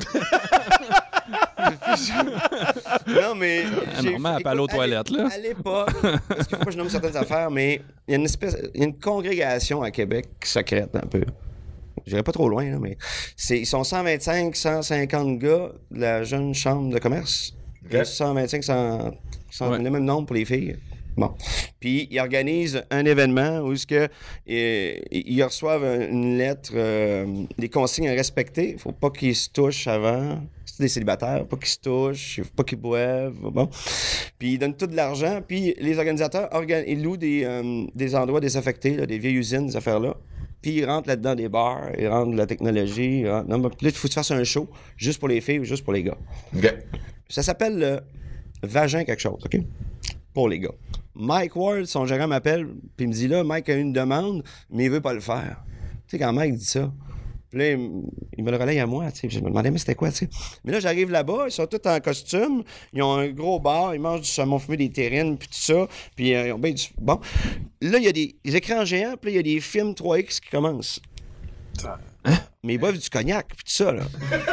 Non, mais. Normalement, elle peut aller aux toilettes, là. À l'époque, parce qu'il faut pas que je nomme certaines affaires, mais il y a une congrégation à Québec secrète, un peu. Je dirais pas trop loin, là, mais ils sont 125, 150 gars de la jeune chambre de commerce. Okay. 125, 100 le même nombre pour les filles. Bon. Puis, ils organisent un événement où ils reçoivent une lettre, des consignes à respecter. Il faut pas qu'ils se touchent avant. C'est des célibataires, pas qu'ils se touchent, il faut pas qu'ils boivent. Bon. Puis, ils donnent tout de l'argent. Puis, les organisateurs, ils louent des endroits désaffectés, là, des vieilles usines, des affaires-là. Puis ils rentrent là-dedans des bars, ils rentrent de la technologie. Non, mais là, il faut que tu fasses un show juste pour les filles ou juste pour les gars. OK. Ça s'appelle le vagin quelque chose, OK? Pour les gars. Mike Ward, son gérant m'appelle, puis il me dit là, Mike a une demande, mais il veut pas le faire. Tu sais, quand Mike dit ça, puis là, il me le relaye à moi, tu sais. Je me demandais, mais c'était quoi, tu sais? Mais là, j'arrive là-bas, ils sont tous en costume, ils ont un gros bar, ils mangent du saumon fumé, des terrines, puis tout ça, puis ils ont bien du... Bon. Là, il y a des écrans géants, puis là, il y a des films 3X qui commencent. Mais ils boivent du cognac, puis tout ça, là.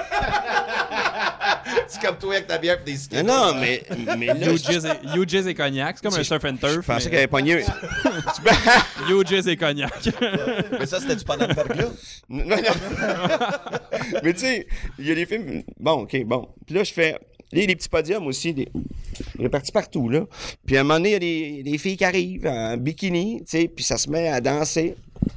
C'est comme toi avec ta bière et des skis. Non, mais là... You Jizz et Cognac, c'est comme un surf and turf. Je pensais qu'il avait pogné... You Jizz et Cognac. Mais ça, c'était-tu pendant le verglas? Non. Mais tu sais, il y a des films... Bon, OK, bon. Puis là, je fais... Les petits podiums aussi, répartis partout, là. Puis à un moment donné, il y a des filles qui arrivent en bikini, tu sais, puis ça se met à danser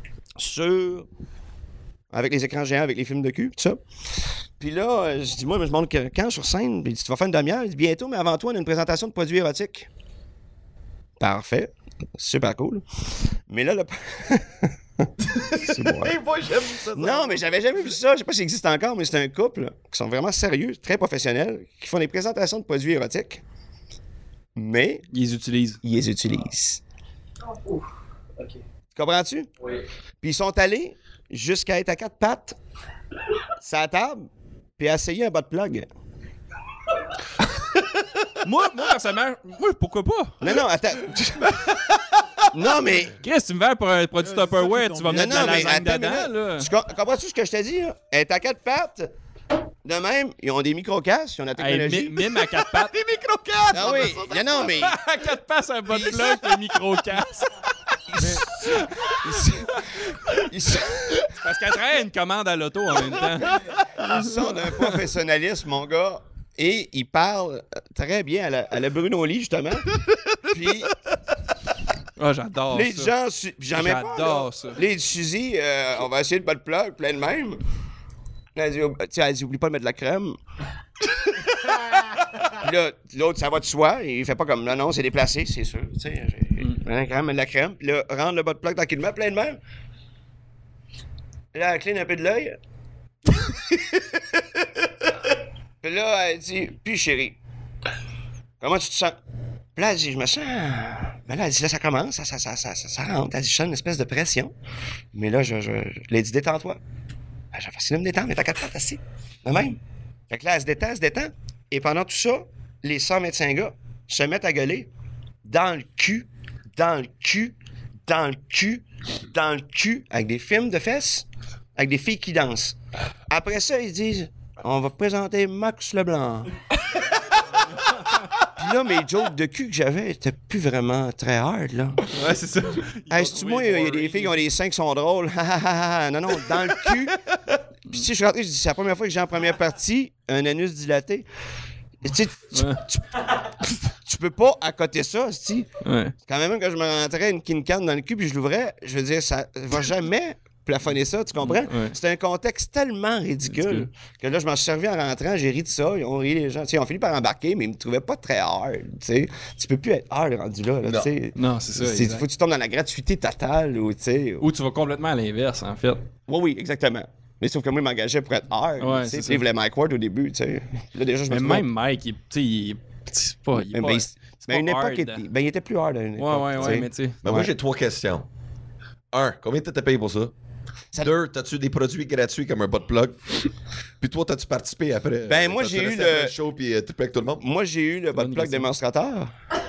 avec les écrans géants, avec les films de cul, tout ça. Puis là, je dis, moi, je montre que quand sur scène, puis tu vas faire une demi-heure, il dit, bientôt, mais avant toi, on a une présentation de produits érotiques. Parfait. Super cool. Mais là, c'est bon. Moi, j'aime ça. Non, mais j'avais jamais vu ça. Je sais pas s'il existe encore, mais c'est un couple qui sont vraiment sérieux, très professionnels, qui font des présentations de produits érotiques. Mais... Ils les utilisent. Ils les utilisent. Oh, OK. Tu comprends-tu? Oui. Puis ils sont allés jusqu'à être à quatre pattes, sur la table, puis à essayer un bas de plug. Moi, personnellement, pourquoi pas? Non, attends. Non, mais... Chris, tu me verres pour un produit Tupperware, tu vas mettre de la lasagne dedans, là. Comprends-tu ce que je te dis, là? Elle est à quatre pattes. De même, ils ont des micro-casques, ils ont la technologie. Mime à quatre pattes. Des micro-casques! Ah oui, non, mais... À quatre pattes, un bas de plug et un micro-casque. Parce qu'elle travaille une commande à l'auto en même temps. Ils sont d'un professionnalisme, mon gars. Et ils parlent très bien à la Bruno Lee, justement. Puis... Oh, j'adore les ça. gens... J'adore ça. Les Suzy, on va essayer le bas de plug, plein de même. Elle dit, oublie pas de mettre de la crème. Puis là, l'autre, ça va de soi. Il fait pas comme, non, c'est déplacé, c'est sûr. Tu sais, la crème, de la crème. Puis là, rendre le bas de plug tranquillement, plein de même. Là, elle cligne un peu de l'œil. Puis là, elle dit, puis chérie, comment tu te sens? Puis là, je me sens... Ben là, elle dit, là, ça commence, ça rentre. Elle dit, je sens une espèce de pression. Mais là, je l'ai dit, détends-toi. Ben, j'ai facile de me détendre, mais t'as 4 pattes, assis. De même. Fait que là, elle se détend. Et pendant tout ça, les 100 médecins gars se mettent à gueuler dans le cul, avec des films de fesses, avec des filles qui dansent. Après ça, ils disent, on va présenter Max Leblanc. Puis là, mes jokes de cul que j'avais étaient plus vraiment très hard, là. Ouais, c'est ça. Hey, c'est-tu moi, il y a des filles qui ont des seins qui sont drôles. Non, dans le cul. Puis tu sais, je suis rentré, je dis, c'est la première fois que j'ai en première partie un anus dilaté. Tu sais, tu peux pas accoter ça, tu Ouais. quand même que je me rentrais une can dans le cul puis je l'ouvrais, je veux dire, ça va jamais plafonner ça, tu comprends? Ouais. C'était un contexte tellement ridicule que là, je m'en suis servi en rentrant, j'ai ri de ça, ils ont ri les gens. Tu sais, ils ont fini par embarquer, mais ils me trouvaient pas très hard, tu sais. Tu peux plus être hard rendu là, tu sais. Non, c'est ça. Il faut que tu tombes dans la gratuité totale ou, tu sais. Ou tu vas complètement à l'inverse, en fait. Oui, exactement. Mais sauf que moi, il m'engageait pour être hard, Ouais, tu sais. c'est Puis ça. il voulait Mike Ward au début, tu sais. Là, déjà, je me Mais suis même Mike, c'est pas. Il est pas, c'est mais à une pas époque, hard. il était plus hard à une époque. Ouais, mais tu sais. Mais moi, j'ai 3 questions. 1, combien t'as payé pour ça? 2, t'as-tu des produits gratuits comme un butt plug? Puis toi, t'as-tu participé après? Ben, moi, j'ai eu le show puis tu avec tout le monde? Moi, j'ai eu le butt plug démonstrateur.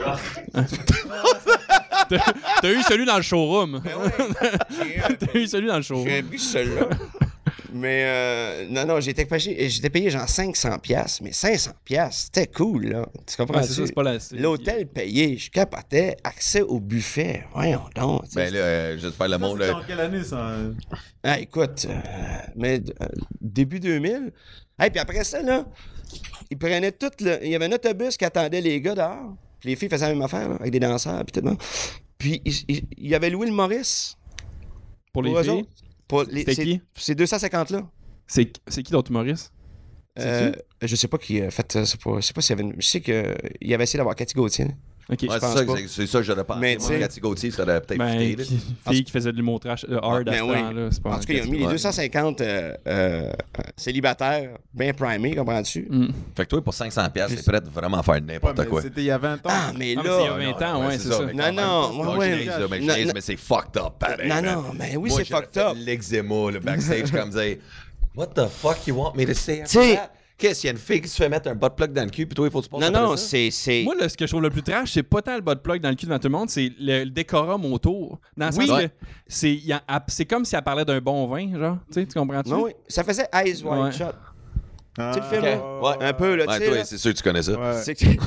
T'as eu celui dans le showroom. Ben T'as eu celui dans le showroom. J'ai pris celui-là. Mais non, j'étais payé genre 500$, mais 500$, c'était cool, là. Tu comprends? Ouais, c'est ça, c'est pas la. L'hôtel payé, je capotais, accès au buffet. Voyons donc. tu sais. Ben là, j'espère le monde. C'était en quelle année, ça? Ah, écoute, début 2000. Et puis après ça, là, ils prenaient tout le... Il y avait un autobus qui attendait les gars dehors. Puis les filles faisaient la même affaire, là, avec des danseurs, puis tout le monde. Puis il y avait Louis le Maurice. Pour les eux filles. autres. C'était qui? C'est 250-là. C'est qui d'autres humoristes? Je sais pas qui a fait ça. Je sais pas s'il y avait... Je sais qu'il avait essayé d'avoir Cathy Gauthier. Ok. Ouais, je pense pas. c'est ça que j'aurais pensé. Mais Moi, tu sais- Cathy Gauthier, ça aurait peut-être Ben, fité, là. fille qui faisait de l'humour trash, hard à Ben ce oui. temps-là. C'est pas En tout cas, ils ont mis les Ouais. 250 célibataires bien primés, comprends-tu? Fait que toi, pour 500$, t'es prêt de vraiment faire n'importe quoi. C'était il y a 20 ans. Ah, mais Ah, mais là... c'est il y a 20 ans, ouais, c'est ça. mais Non, quand même, non, pas- ouais, je ouais. niaise, là, mais je Non, niaise, non. mais c'est fucked up, pareil. Non, man. non, mais oui, Moi, c'est j'aurais fucked fait up. l'eczéma, le backstage, comme dire, what the fuck you want me to say? T'sais- Qu'est-ce qu'il y a une fille qui se fait mettre un butt plug dans le cul, puis toi, il faut que tu passes Non, après non, ça? c'est... Moi, là, ce que je trouve le plus trash, c'est pas tant le butt plug dans le cul devant tout le monde, c'est le décorum autour. Dans le sens Oui. que c'est comme si elle parlait d'un bon vin, genre. Tu comprends-tu? Non, oui, ça faisait Eyes Wide Ouais. Shut. Ah, Tu sais, le film, là? Ouais. Un peu, là, Ouais, tu sais, toi, là. c'est sûr que tu connais ça. Ouais. C'est que...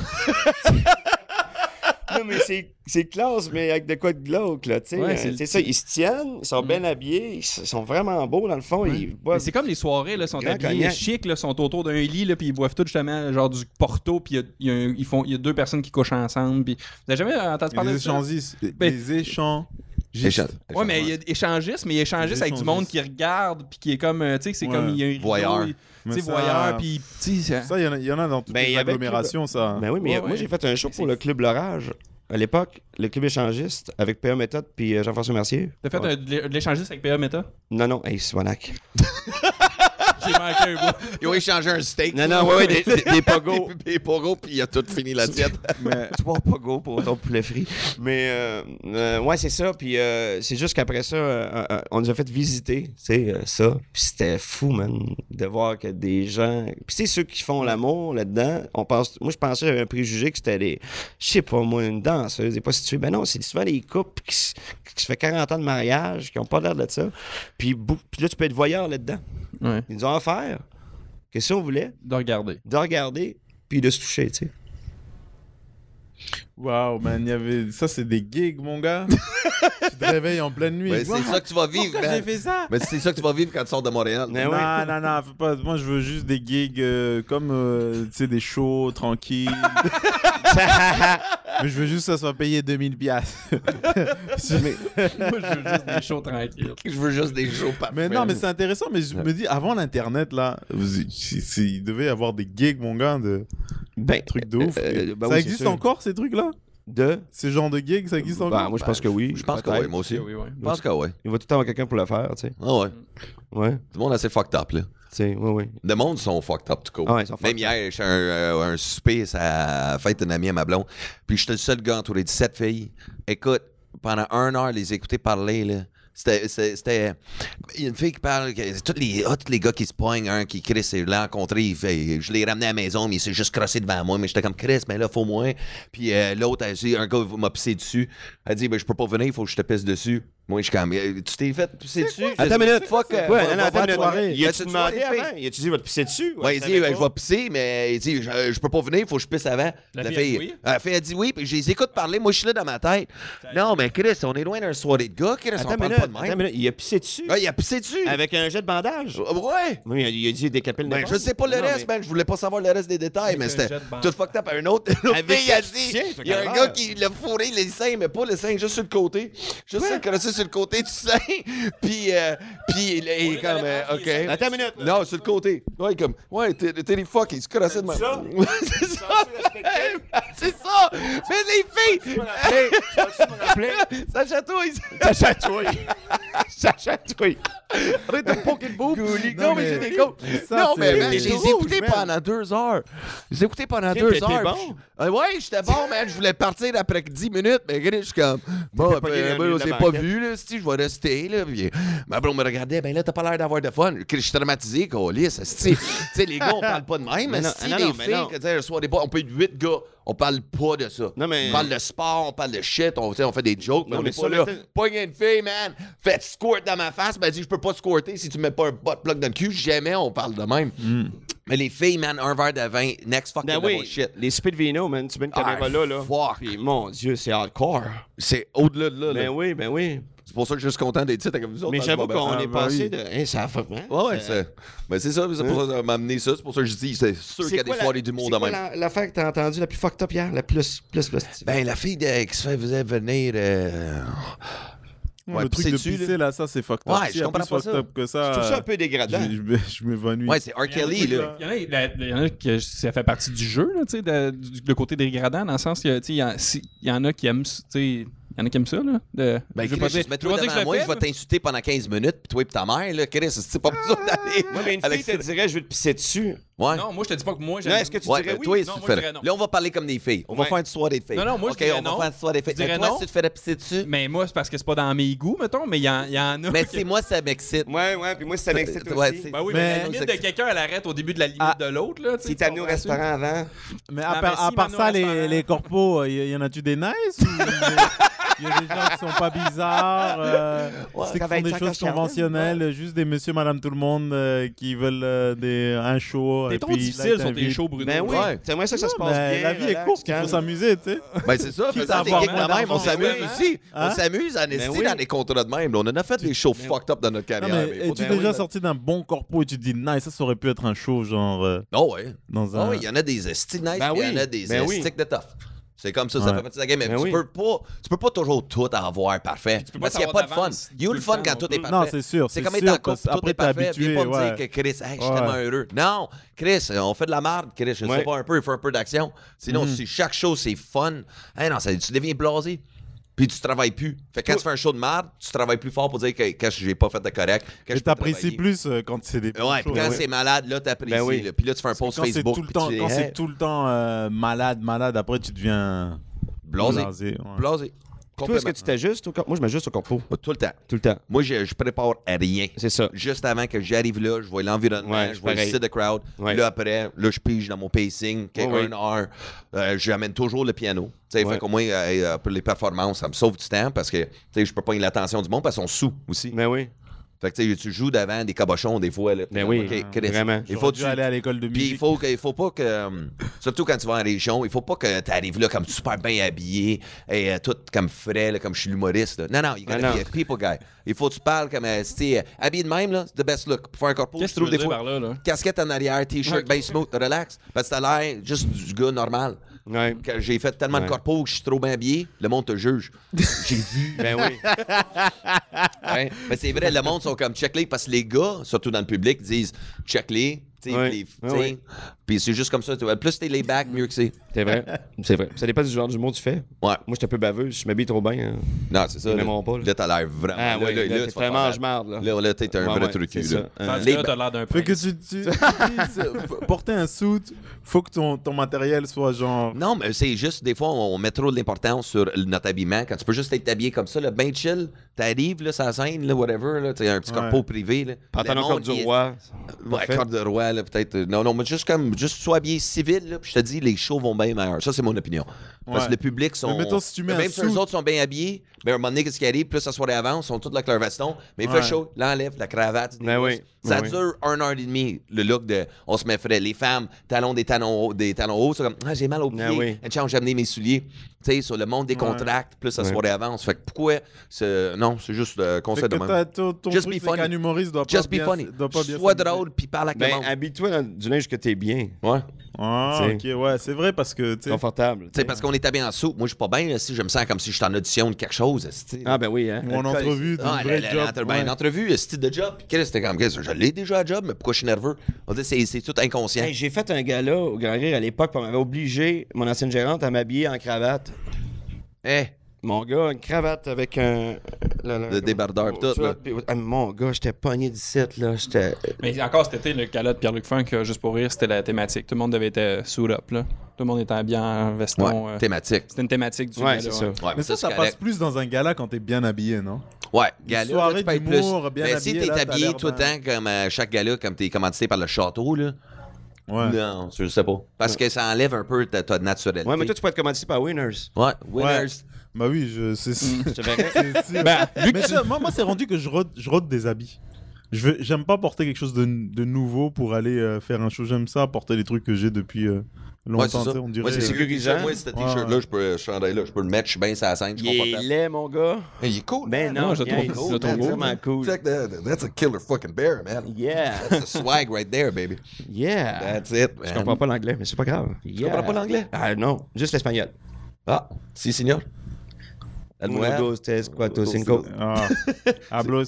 Non, mais c'est classe, mais avec de quoi de glauque, là, tu sais. Ouais, c'est C'est ça, ils se tiennent, ils sont bien habillés, ils sont vraiment beaux, dans le fond, ils Mais boivent... c'est comme les soirées, là, sont Grand habillés cognac. chic, là, sont autour d'un lit, là, puis ils boivent tout justement genre du Porto, puis il y a 2 personnes qui couchent ensemble, puis vous avez jamais entendu parler Les de ça? échangistes. Ben- Les échanges. Ouais, mais il y a échangistes, mais il y a échangistes avec du monde qui regarde, puis qui est comme, tu sais, c'est Ouais. comme, il y a un rideau, Voyeur. tu Mais sais, ça- voyeur, puis, tu sais, Ça, il y en a dans toutes Ben, il les y avait agglomérations, ça. Ben oui, mais Ouais, moi, ouais. j'ai fait un show Mais pour c'est- le Club L'Orage. À l'époque, le club échangiste avec P.A. Méthode puis Jean-François Mercier. t'as fait de l'échangiste avec PA Meta? Non, hey, Simonac. J'ai manqué un bout. Ils ont échangé un steak. Non, ouais, des pogos. Des pogos, puis il a tout fini l'assiette. Mais 3 pogos pour ton poulet frit. Mais, ouais, c'est ça. Puis c'est juste qu'après ça, on nous a fait visiter, tu sais, ça. Puis c'était fou, man, de voir que des gens... Puis c'est ceux qui font l'amour là-dedans. Moi, je pensais, j'avais un préjugé que c'était des... Je sais pas, moi, une danseuse, des prostituées. Ben non, c'est souvent des couples qui se fait 40 ans de mariage, qui ont pas l'air de ça. Puis là, tu peux être voyeur là-dedans. Ouais, Ils nous ont offert que si on voulait, de regarder. de regarder puis de se toucher, tu sais. waouh, man, il y avait. Ça, c'est des gigs, mon gars. Tu te réveilles en pleine nuit. Ouais, c'est ça que tu vas vivre, Pourquoi man. j'ai fait ça? Mais c'est ça que tu vas vivre quand tu sors de Montréal. Mais Non, ouais. non, faut pas. Moi, je veux juste des gigs comme, tu sais, des shows tranquilles. Mais je veux juste que ça soit payé 2000$. Moi, je veux juste des shows tranquilles. Je veux juste des shows parfaits. Mais non, mais c'est intéressant. Mais je me dis, avant l'Internet, là, il devait y avoir des gigs, mon gars, de Ben, trucs de ouf. ben Ça oui, c'est existe sûr. encore, ces trucs-là? De? Ces genres de gigs, ça existe encore? Ben, moi, je pense que oui. Je pense que Peut-être. oui, moi aussi. Oui, oui. Je pense que oui. Il va tout le temps avoir quelqu'un pour le faire, tu sais. Ah ouais. Ouais. Tout le monde est assez fucked up, là. Oui. Le monde sont fucked up, tout cas. Ouais, ils sont Même fucked hier, j'étais un souper, ça a fait une amie à ma blonde. Puis j'étais le seul gars entouré de 7 filles. Écoute, pendant 1 heure, les écouter parler, là. C'était. Il y a une fille qui parle, tous les gars qui se poignent, un qui Chris l'a rencontré, je l'ai ramené à la maison, mais il s'est juste crossé devant moi, mais j'étais comme Chris, mais là, faut moins. Puis l'autre, elle dit, un gars m'a pissé dessus. Elle dit, je peux pas venir, il faut que je te pisse dessus. Moi, je suis comme, tu t'es fait pisser dessus? Attends une minute. Fuck. Attends une soirée. minute. Il a-tu demandé avant? Il a-tu dit, va te pisser dessus? Ouais, il dit, je vais pisser, mais il dit, je peux pas venir, il faut que je pisse avant. La fille a dit oui, puis je les écoute parler, moi, je suis là dans ma tête. Non, mais Chris, on est loin d'un soirée de gars, Chris, on parle pas de même. Attends une minute. Il a pissé dessus? Ah, il a pissé dessus. Avec un jet de bandage? Ouais. Oui, il a dit décaper le Ben, nez. je sais pas le reste, man. Je voulais pas savoir le reste des détails, mais c'était tout fucked up à un autre. Avec Fille a dit, il y a un gars qui l'a fourré les seins, mais pas le sein, juste sur le côté. Juste sur le côté du sein. Puis il est comme, OK. Attends une minute. Non, sur le côté. Ouais, comme, ouais, t'es des fuck, il se crossait de même. C'est ça. C'est ça. Mais les filles. Ça chatouille. Ça chatouille. Arrête de poker le boob. Non, Non, mais j'ai des ça, côtes. Non, mais c'est- man, je les ai rouge, écoutés man. pendant 2 heures. Je les ai écoutés pendant Ok, 2 t'étais heures. bon? Ouais, j'étais bon, man. Je voulais partir après 10 minutes, mais je suis comme, bon, pas lié on à s'est la pas banquette. vu, là, si je vais rester, là. Puis, ma blonde me regardait, ben là, t'as pas l'air d'avoir de fun. Je suis traumatisé, câlisse, tu sais, les gars, on parle pas de même, mais non, si non, les non, mais non. filles, on peut être 8 gars, on parle pas de ça. Non, mais- On parle de sport, on parle de shit, on fait des jokes, mais Non, on mais est ça, pas là. mais Pogne une fille, man, faites squirt dans ma face, ben dit, je peux pas squirter si tu mets pas un butt plug dans le cul, jamais on parle de même. Mais les filles, man, un verre de vin, next fucking Ben level oui, shit. les soupers de vino, man, tu mets une caméra Ah, là. fuck. Puis, mon Dieu, c'est hardcore. C'est au-delà de là. Ben oui. C'est pour ça que je suis content d'être ici avec vous autres. Mais dans j'avoue le moment. qu'on Ah, est ben passé oui. de... Hein, ça a fait... Hein? Ouais, c'est ça. C'est pour ça que ça m'a amené ça. C'est pour ça que je dis, c'est sûr qu'il y a des soirées d'humour de C'est quoi même. l'affaire que t'as entendue la plus fucked up hier? La plus... Ben, la fille qui se faisait venir... Le truc de pisser dessus, pisser, là, ça, c'est fucked up. Ouais, S'il je y a comprends plus pas fucked ça. up que ça. Je trouve ça un peu dégradant. Je m'évanouis. Ouais, c'est R. Kelly, là. Il y en a qui ça fait partie du jeu, là, tu sais, le côté dégradant, dans le sens que, tu sais, il y en a qui aiment, tu sais, il y en a qui aiment ça, là. Ben, je veux Chris, pas dire- mets je veux toi pas dire devant que moi, le je vais fais, t'insulter pendant 15 minutes, puis toi et ta mère, là, Chris, c'est pas besoin d'aller. Moi, mais une fille te dirait, je veux te pisser dessus. Ouais. Non, moi, je te dis pas que moi, Non, est-ce que tu Ouais, dirais toi, oui? si Non, tu moi, fais- je dirais non. Là, on va parler comme des filles. On va Ouais. faire une soirée de filles. Non, moi, je OK, dirais on va non. faire une soirée de filles. Je dirais Toi, non. si tu te ferais pisser dessus. Mais moi, c'est parce que c'est pas dans mes goûts, mettons, mais il y en a. Mais que- c'est moi, ça m'excite. Ouais, puis moi, ça m'excite Ouais, aussi. c'est- Ben oui, Mais- mais la limite de quelqu'un, elle arrête au début de la limite de l'autre, là. tu sais, Si t'es amené au tu comprends-tu? restaurant avant... Mais Non, à mais part, si à part Mano ça, restaurant- les corpos, y en a-tu des nice ou il y a des gens qui sont pas bizarres, ça qui va font être des 5 choses Oscar, conventionnelles, juste des monsieur, madame, tout le monde qui veulent un show. T'es et trop puis là, difficile ils sur tes t'invitent. shows, Bruno. Ben oui, Ouais. c'est moi ça que ça se Non, passe mais bien. la vie est relax, courte, il faut calme. s'amuser, tu sais. Ben, c'est ça. Quitte Faisant à des avoir gigs de moins même, on d'argent, s'amuse ouais. aussi. Hein? On s'amuse en essayer oui. dans des contrats de même. là. On en a fait des shows fucked up dans notre Non, carrière. mais mais faut es-tu dire- déjà sorti d'un bon corpo et tu te dis, nice, ça aurait pu être un show, genre, Oh, ouais. dans Ah un... oui, il y en a des esti nice, Ben puis il y en oui, a des ben oui. sticks de tough. C'est comme ça Ouais. fait partie de la game. Mais Ben tu oui. peux pas toujours tout avoir parfait. peux pas Parce qu'il n'y a pas de savoir fun. d'avance Il y a eu le tout fun le quand temps tout est non plus. parfait. Non, c'est sûr. C'est comme sûr, être en couple, parce- tout après, est parfait. t'es Viens pas me habitué, dire que Chris, hey, je suis Ouais. tellement heureux. Non, Chris, on fait de la merde, Chris, je sais Ouais. pas un peu, il faut un peu d'action. Sinon, si chaque chose c'est fun, hey, non, tu deviens blasé. Puis tu travailles plus. Fait que quand tu fais un show de merde, tu travailles plus fort pour dire que j'ai pas fait de correct. Que Et je peux t'apprécies travailler. plus quand c'est des Ouais, puis quand choses. c'est malade, là, t'apprécies. Ben oui. là. Puis là, tu fais un post Quand c'est Facebook. tout le puis temps, tu dis, quand hey, c'est tout le temps malade, après tu deviens blasé. ouais. Blasé. Toi, est-ce que tu t'ajustes au corpo? Moi, je m'ajuste au corpo. Tout le temps. Tout le temps. Moi, je prépare rien. C'est ça. Juste avant que j'arrive là, je vois l'environnement, Ouais, je vois le pareil. site de crowd. Ouais. Là, après, là, je pige dans mon pacing, Ouais, une heure. J'amène toujours le piano. Tu sais, Ouais. fait qu'au moins, pour les performances, ça me sauve du temps parce que, tu sais, je peux pas y l'attention du monde parce qu'ils sont sous aussi. Ben oui. Fait que, tu sais, tu joues devant des cabochons des fois, là. Ben oui, OK, Chris, vraiment. Il faut J'aurais que dû tu... aller à l'école de Puis musique. il faut pas que, surtout quand tu vas en région, il faut pas que tu arrives là comme super bien habillé et tout comme frais, là, comme je suis l'humoriste. là. Non, you gotta Non, be non. a people guy. Il faut que tu parles comme, habillé de même, là, c'est the best look. Pour faire un corpo, Qu'est-ce tu que tu trouves veux des dire fois par là? casquette en arrière, t-shirt, bien smooth, relax. Parce que t'as l'air juste du gars normal. Ouais. Que j'ai fait tellement de Ouais. corpos que je suis trop bien habillé, le monde te juge. J'ai vu. Ben oui. Ouais. Mais c'est vrai, le monde sont comme check-les parce que les gars, surtout dans le public, disent check-les. Tu sais, Ouais. les- Ouais, tu sais. ouais. Puis c'est juste comme ça. Plus t'es laid back, mieux que c'est. C'est vrai. C'est vrai. Ça dépend du genre d'humour que tu fais. Ouais. Moi, j'étais un peu baveux. Je m'habille trop bien. Non, c'est ça. Ils m'aimeront pas. Là, t'as l'air vraiment. Ah oui, là, t'es tu vas vraiment faire- je-marde, là. Là, t'es un vrai truc. c'est ça. Tandis que là, t'as l'air d'un Fait que prince. tu dises, porter un suit, faut que ton matériel soit genre. Non, mais c'est juste, des fois, on met trop de l'importance sur notre habillement. Quand tu peux juste être habillé comme ça, là, ben chill, t'arrives, là, ça scène, là, whatever, là, t'as un petit corpo privé, là. Pantalon Le corde monde, du il- roi. Ouais, Parfait. corde de roi, là, peut-être. Non, mais juste sois habillé civil, là, puis je te dis, les shows vont bien meilleurs. Ça, c'est mon opinion. Parce que Ouais. le public sont. Mais mettons, si tu mets même un si eux suit- autres sont bien habillés, ben, à un moment donné, qu'est-ce qui arrive? Plus la soirée avance, ils sont tous avec leur veston, mais il fait Ouais. chaud, l'enlève, la cravate. des Ben mousses. oui, Ça ben oui. dure 1h30, le look de on se met frais. Les femmes, des talons hauts, c'est comme, j'ai mal aux pieds. Ben oui. Tiens, j'ai amené mes souliers. Tu sais, sur le monde des contracts, plus la Ouais. soirée avance. Fait que pourquoi? Non, c'est juste le Fait conseil que de même. ton Just truc, be c'est funny. qu'un humoriste doit Just pas be bien, funny. doit pas bien Sois s'habiller. drôle, puis parle avec le Ben, monde. habille-toi dans du linge que t'es bien. Ouais. Ah, T'sais. ok, ouais, c'est vrai parce que, tu sais. Confortable. Tu sais, parce qu'on est habillé en soupe. Moi, je suis pas bien si je me sens comme si je suis en audition de quelque chose. esti. Ah, ben oui, hein. Ou en entrevue, d'une Ah, vraie job. une entrevue, style de job. Puis qu'est-ce que c'était comme, qu'est-ce que je l'ai déjà à job, mais pourquoi je suis nerveux? On dit, c'est tout inconscient. Hey, j'ai fait un gala au Grand Rire à l'époque, puis on m'avait obligé, mon ancienne gérante, à m'habiller en cravate. Eh, Mon gars, une cravate avec un. Le débardeur pis tout, ça, là. puis, mon gars, j'étais pogné d'ici, là. J'étais. Mais encore cet été, le gala de Pierre-Luc Funk, juste pour rire, c'était la thématique. Tout le monde devait être suit up, là. Tout le monde était habillé en veston. Ouais, thématique. C'était une thématique du Ouais, gala. c'est ça. Ouais, Mais ça c'est passe correct. plus dans un gala quand t'es bien habillé, non? Ouais, gala, soirée là, tu payes d'humour, plus. bien Mais si habillé, t'es là, t'as habillé l'air tout le temps, comme chaque gala, comme t'es commandité par le château, là. Ouais. Non, je sais pas. Parce que ça enlève un peu ta naturalité. Ouais, mais toi, tu peux être commandité par Winners. Ouais, winners. Bah oui, c'est Je te verrais. c'est sûr. Ben, vu que Mais ça, moi, c'est rendu que je rôde des habits. J'aime pas porter quelque chose de nouveau pour aller faire un show. J'aime ça, porter les trucs que j'ai depuis longtemps. Ouais, c'est ça. tu sais, on dirait. Moi, c'est sécurisant. Moi, ce t-shirt-là, ce chandail-là, je peux le mettre, je suis bien sur la scène, je suis Il est confortable. laid, mon gars. Hey, il est cool. Ben man. non, je le il est trouve- cool, je le trouve man, beau, vraiment cool. Check that. That's a killer fucking bear, man. Yeah. That's a swag right there, baby. Yeah. That's it, Je man. comprends pas l'anglais, mais c'est pas grave. Tu comprends pas l'anglais? Ah non, juste l'espagnol. Ah, si, signor. Uno, dos, tres, cuatro, cinco. Ah. hablo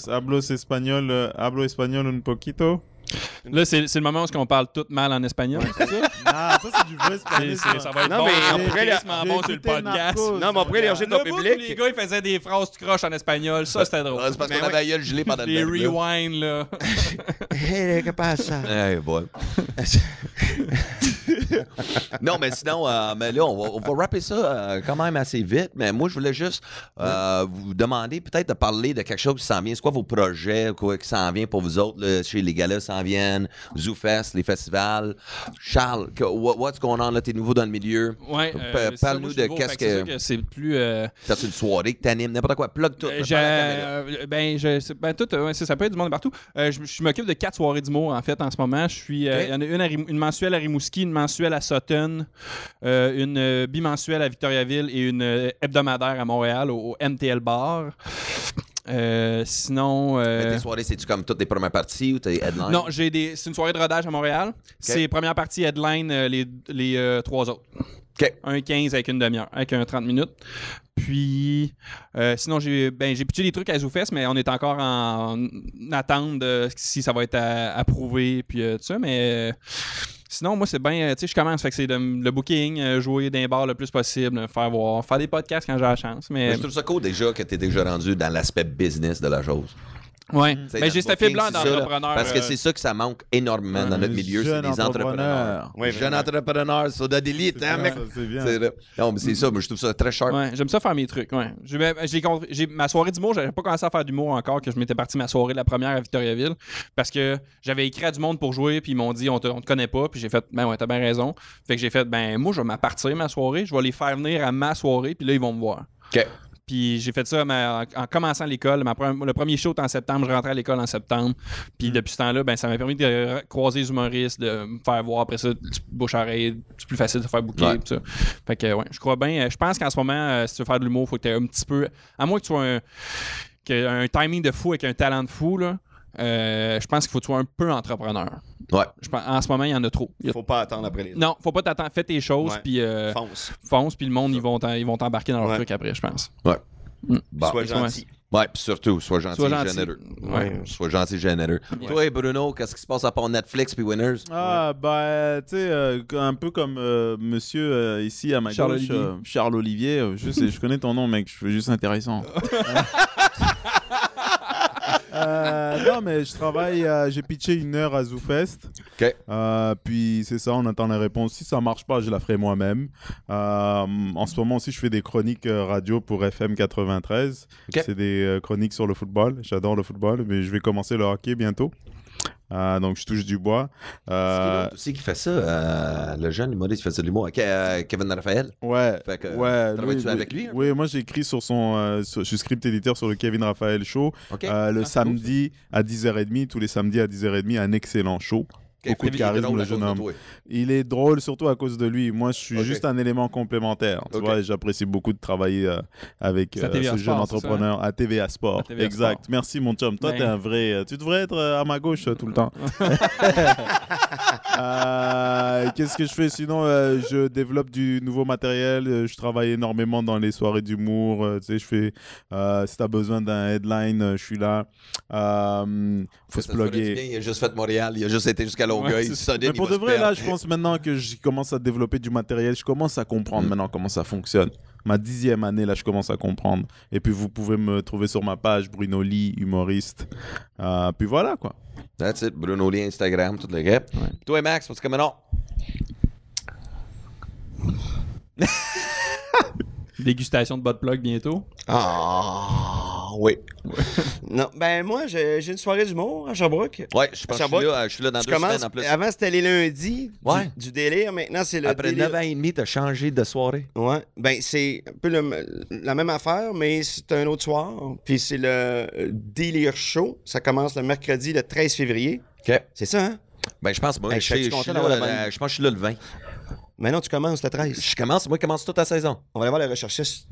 espagnol un poquito. Là, c'est le moment où on parle tout mal en espagnol, c'est ça? Ah, ça, c'est du vrai espagnol. Ça va être Non, bon. mais C'est après, tristement j'ai bon sur le écouté podcast. Narcos. Non, mais après, élargir ton Le bout où les public. gars, ils faisaient des phrases tu croches en espagnol. Ça, c'était drôle. Ah, c'est parce Mais qu'on avait la gueule gelée pendant Les le verbe, là. rewind, là. Hey, que pasa? Hey, boy. Non, mais sinon, mais là, on va rapper ça quand même assez vite. Mais moi, je voulais juste vous demander peut-être de parler de quelque chose qui s'en vient. C'est quoi vos projets, quoi qui s'en vient pour vous autres? Là, chez les galas s'en viennent, ZooFest, les festivals. Charles, what's going on? Là, t'es nouveau dans le milieu. Ouais. Parle-nous de qu'est-ce que... C'est plus. T'as une soirée que t'animes, n'importe quoi. Plug tout. là, parle à la caméra. Tout, ouais, ça peut être du monde de partout. Je m'occupe de 4 soirées d'humour, en fait, en ce moment. Je suis. Il y en a une mensuelle à Rimouski, une mensuelle à Sutton, une bimensuelle à Victoriaville et une hebdomadaire à Montréal, au MTL Bar. Sinon. Mais tes soirées, c'est-tu comme toutes les premières parties ou t'es headline? Non, c'est une soirée de rodage à Montréal. C'est première partie headline, les 3 autres. OK. Un 15 avec une demi-heure, avec un 30 minutes. Puis, sinon, j'ai pitché des trucs à ZooFest, mais on est encore en attente de si ça va être approuvé, puis tout ça. Mais sinon, moi, c'est bien, tu sais, je commence, fait que c'est le booking, jouer dans les bars le plus possible, faire des podcasts quand j'ai la chance. Mais Je trouve ça cool déjà que t'es déjà rendu dans l'aspect business de la chose. ouais, T'sais, mais dans j'ai le cette booking, fibre-là c'est ça, là, d'entrepreneur. Parce que c'est ça que ça manque énormément dans notre milieu, c'est les entrepreneurs. Oui, Jeunes entrepreneurs, ça donne d'élite, hein, mec? C'est bien. C'est là. Non, mais c'est ça, mais je trouve ça très sharp. Ouais, j'aime ça faire mes trucs. Ouais. Ma soirée d'humour, j'avais pas commencé à faire d'humour encore, que je m'étais parti ma soirée la première à Victoriaville, parce que j'avais écrit à du monde pour jouer, puis ils m'ont dit on te connaît pas, puis j'ai fait ben ouais, t'as bien raison. Fait que j'ai fait ben moi je vais m'appartir ma soirée, je vais les faire venir à ma soirée, puis là ils vont me voir. OK. Puis j'ai fait ça en commençant l'école. Le premier show était en septembre. Je rentrais à l'école en septembre. Puis depuis ce temps-là, ben, ça m'a permis de croiser les humoristes, de me faire voir. Après ça, bouche-oreille, c'est plus facile de faire booker. Ouais. Tout ça. Fait que, ouais, je crois bien. Je pense qu'en ce moment, si tu veux faire de l'humour, il faut que tu aies un petit peu. À moins que tu sois un timing de fou avec un talent de fou, là. Je pense qu'il faut que tu sois un peu entrepreneur. Ouais. En ce moment, il y en a trop. Faut pas attendre après les autres. Non, faut pas t'attendre. Fais tes choses, Ouais. puis Fonce. fonce, puis le monde, ils vont t'embarquer dans leur Ouais. truc après, je pense. Ouais. Mm. Bon. Sois gentil. Ouais, puis surtout, sois gentil et généreux. Ouais. Sois gentil et généreux. Ouais. Toi, Bruno, qu'est-ce qui se passe à part Netflix puis Winners? Ah, bah, tu sais, un peu comme monsieur ici à ma gauche, Charles Olivier. Je connais ton nom, mec, je suis juste intéressant. Non, mais je travaille, j'ai pitché 1 heure à ZooFest. OK. Puis c'est ça, on attend les réponses. Si ça marche pas, je la ferai moi-même. En ce moment aussi, je fais des chroniques radio pour FM 93. OK. C'est des chroniques sur le football. J'adore le football, mais je vais commencer le hockey bientôt. Donc, je touche du bois. C'est aussi qui fait ça, le jeune humoriste qui fait ça de l'humour, Kevin Raphaël. Ouais. Fait que, Ouais. travailles-tu avec lui? Oui, moi, j'ai écrit sur son... je suis script éditeur sur le Kevin Raphaël Show. OK. Le samedi à 10h30, tous les samedis à 10h30, un excellent show. Beaucoup de charisme, le jeune homme. Il est drôle surtout à cause de lui. Moi, je suis juste un élément complémentaire. Tu vois, j'apprécie beaucoup de travailler avec ce jeune entrepreneur à TVA Sport. Exact. Sport. Merci, mon chum. Toi, t'es un vrai... Tu devrais être à ma gauche tout le temps. Qu'est-ce que je fais sinon? Je développe du nouveau matériel. Je travaille énormément dans les soirées d'humour. Tu sais, je fais... si t'as besoin d'un headline, je suis là. Faut se plugger. Il a juste fait Montréal. Il a juste été jusqu'à Longueuil. Mais pour de vrai, là, je pense maintenant que je commence à développer du matériel, je commence à comprendre maintenant comment ça fonctionne. Ma 10e année, là, je commence à comprendre. Et puis, vous pouvez me trouver sur ma page, Bruno Lee, humoriste. Puis voilà, quoi. That's it. Bruno Lee, Instagram, toutes les gars. Ouais. Toi, Max, what's coming on? Dégustation de bot plug bientôt. Ah, oui. Non, ben moi, j'ai une soirée d'humour à Sherbrooke. Ouais, je pense que je suis là dans 2 semaines en plus. Avant, c'était les lundis du délire. Maintenant, c'est le Après délire. 9 ans et demi, t'as changé de soirée. Ouais, ben c'est un peu la même affaire, mais c'est un autre soir. Puis c'est le Délire Show. Ça commence le mercredi, le 13 février. OK. C'est ça, hein? Ben, je pense, moi, je pense que je suis là le 20. Mais non, tu commences le 13. Moi, je commence toute la saison. On va aller voir le recherchiste.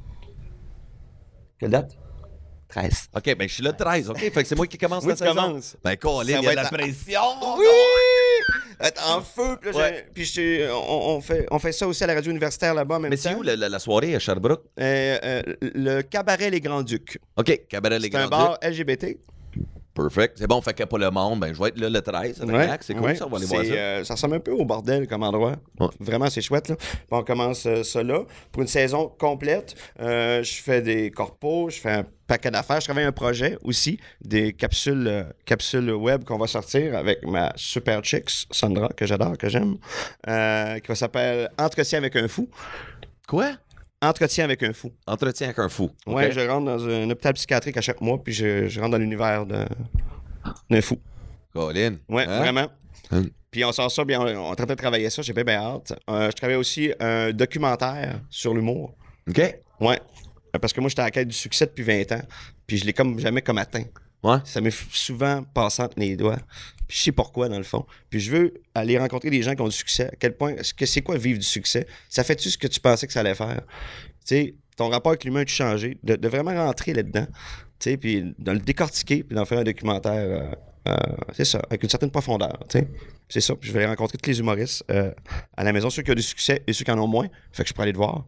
Quelle date? 13. OK, ben je suis là le 13, OK? Fait que c'est moi qui commence la saison. Commences. Ben, Colin, il y a de la pression! Oui! Être en feu. Puis on fait ça aussi à la radio universitaire là-bas en même temps. Mais c'est où la soirée à Sherbrooke? Le Cabaret Les Grands-Ducs. OK, Cabaret Les Grands-Ducs. C'est un bar LGBT. Perfect. C'est bon, fait que pour le monde, ben je vais être là le 13 avec Max. C'est cool, ça, on va aller voir ça. Ça ressemble un peu au bordel comme endroit. Ouais. Vraiment, c'est chouette, là. Puis on commence ça là. Pour une saison complète, je fais des corpos, je fais un paquet d'affaires. Je travaille un projet aussi, des capsules web qu'on va sortir avec ma super chick, Sandra, que j'adore, que j'aime, qui va s'appeler Entretien avec un fou. Quoi? Entretien avec un fou. Entretien avec un fou. Ouais, okay. Je rentre dans un hôpital psychiatrique à chaque mois, puis je rentre dans l'univers d'un fou. Colin. Ouais, vraiment. Puis on sort ça, bien, on est en train de travailler ça, j'ai bien hâte. Je travaille aussi un documentaire sur l'humour. OK. Ouais. Parce que moi, j'étais à la quête du succès depuis 20 ans, puis je l'ai jamais atteint. Ouais. Ça m'est souvent passé entre les doigts. Puis je sais pourquoi, dans le fond. Puis je veux aller rencontrer des gens qui ont du succès. À quel point, c'est quoi vivre du succès? Ça fait-tu ce que tu pensais que ça allait faire? Tu sais, ton rapport avec l'humain a-tu changé? De vraiment rentrer là-dedans, tu sais, puis de le décortiquer, puis d'en faire un documentaire, c'est ça, avec une certaine profondeur, tu sais. C'est ça. Puis je vais aller rencontrer tous les humoristes à la maison, ceux qui ont du succès et ceux qui en ont moins. Fait que je peux aller te voir.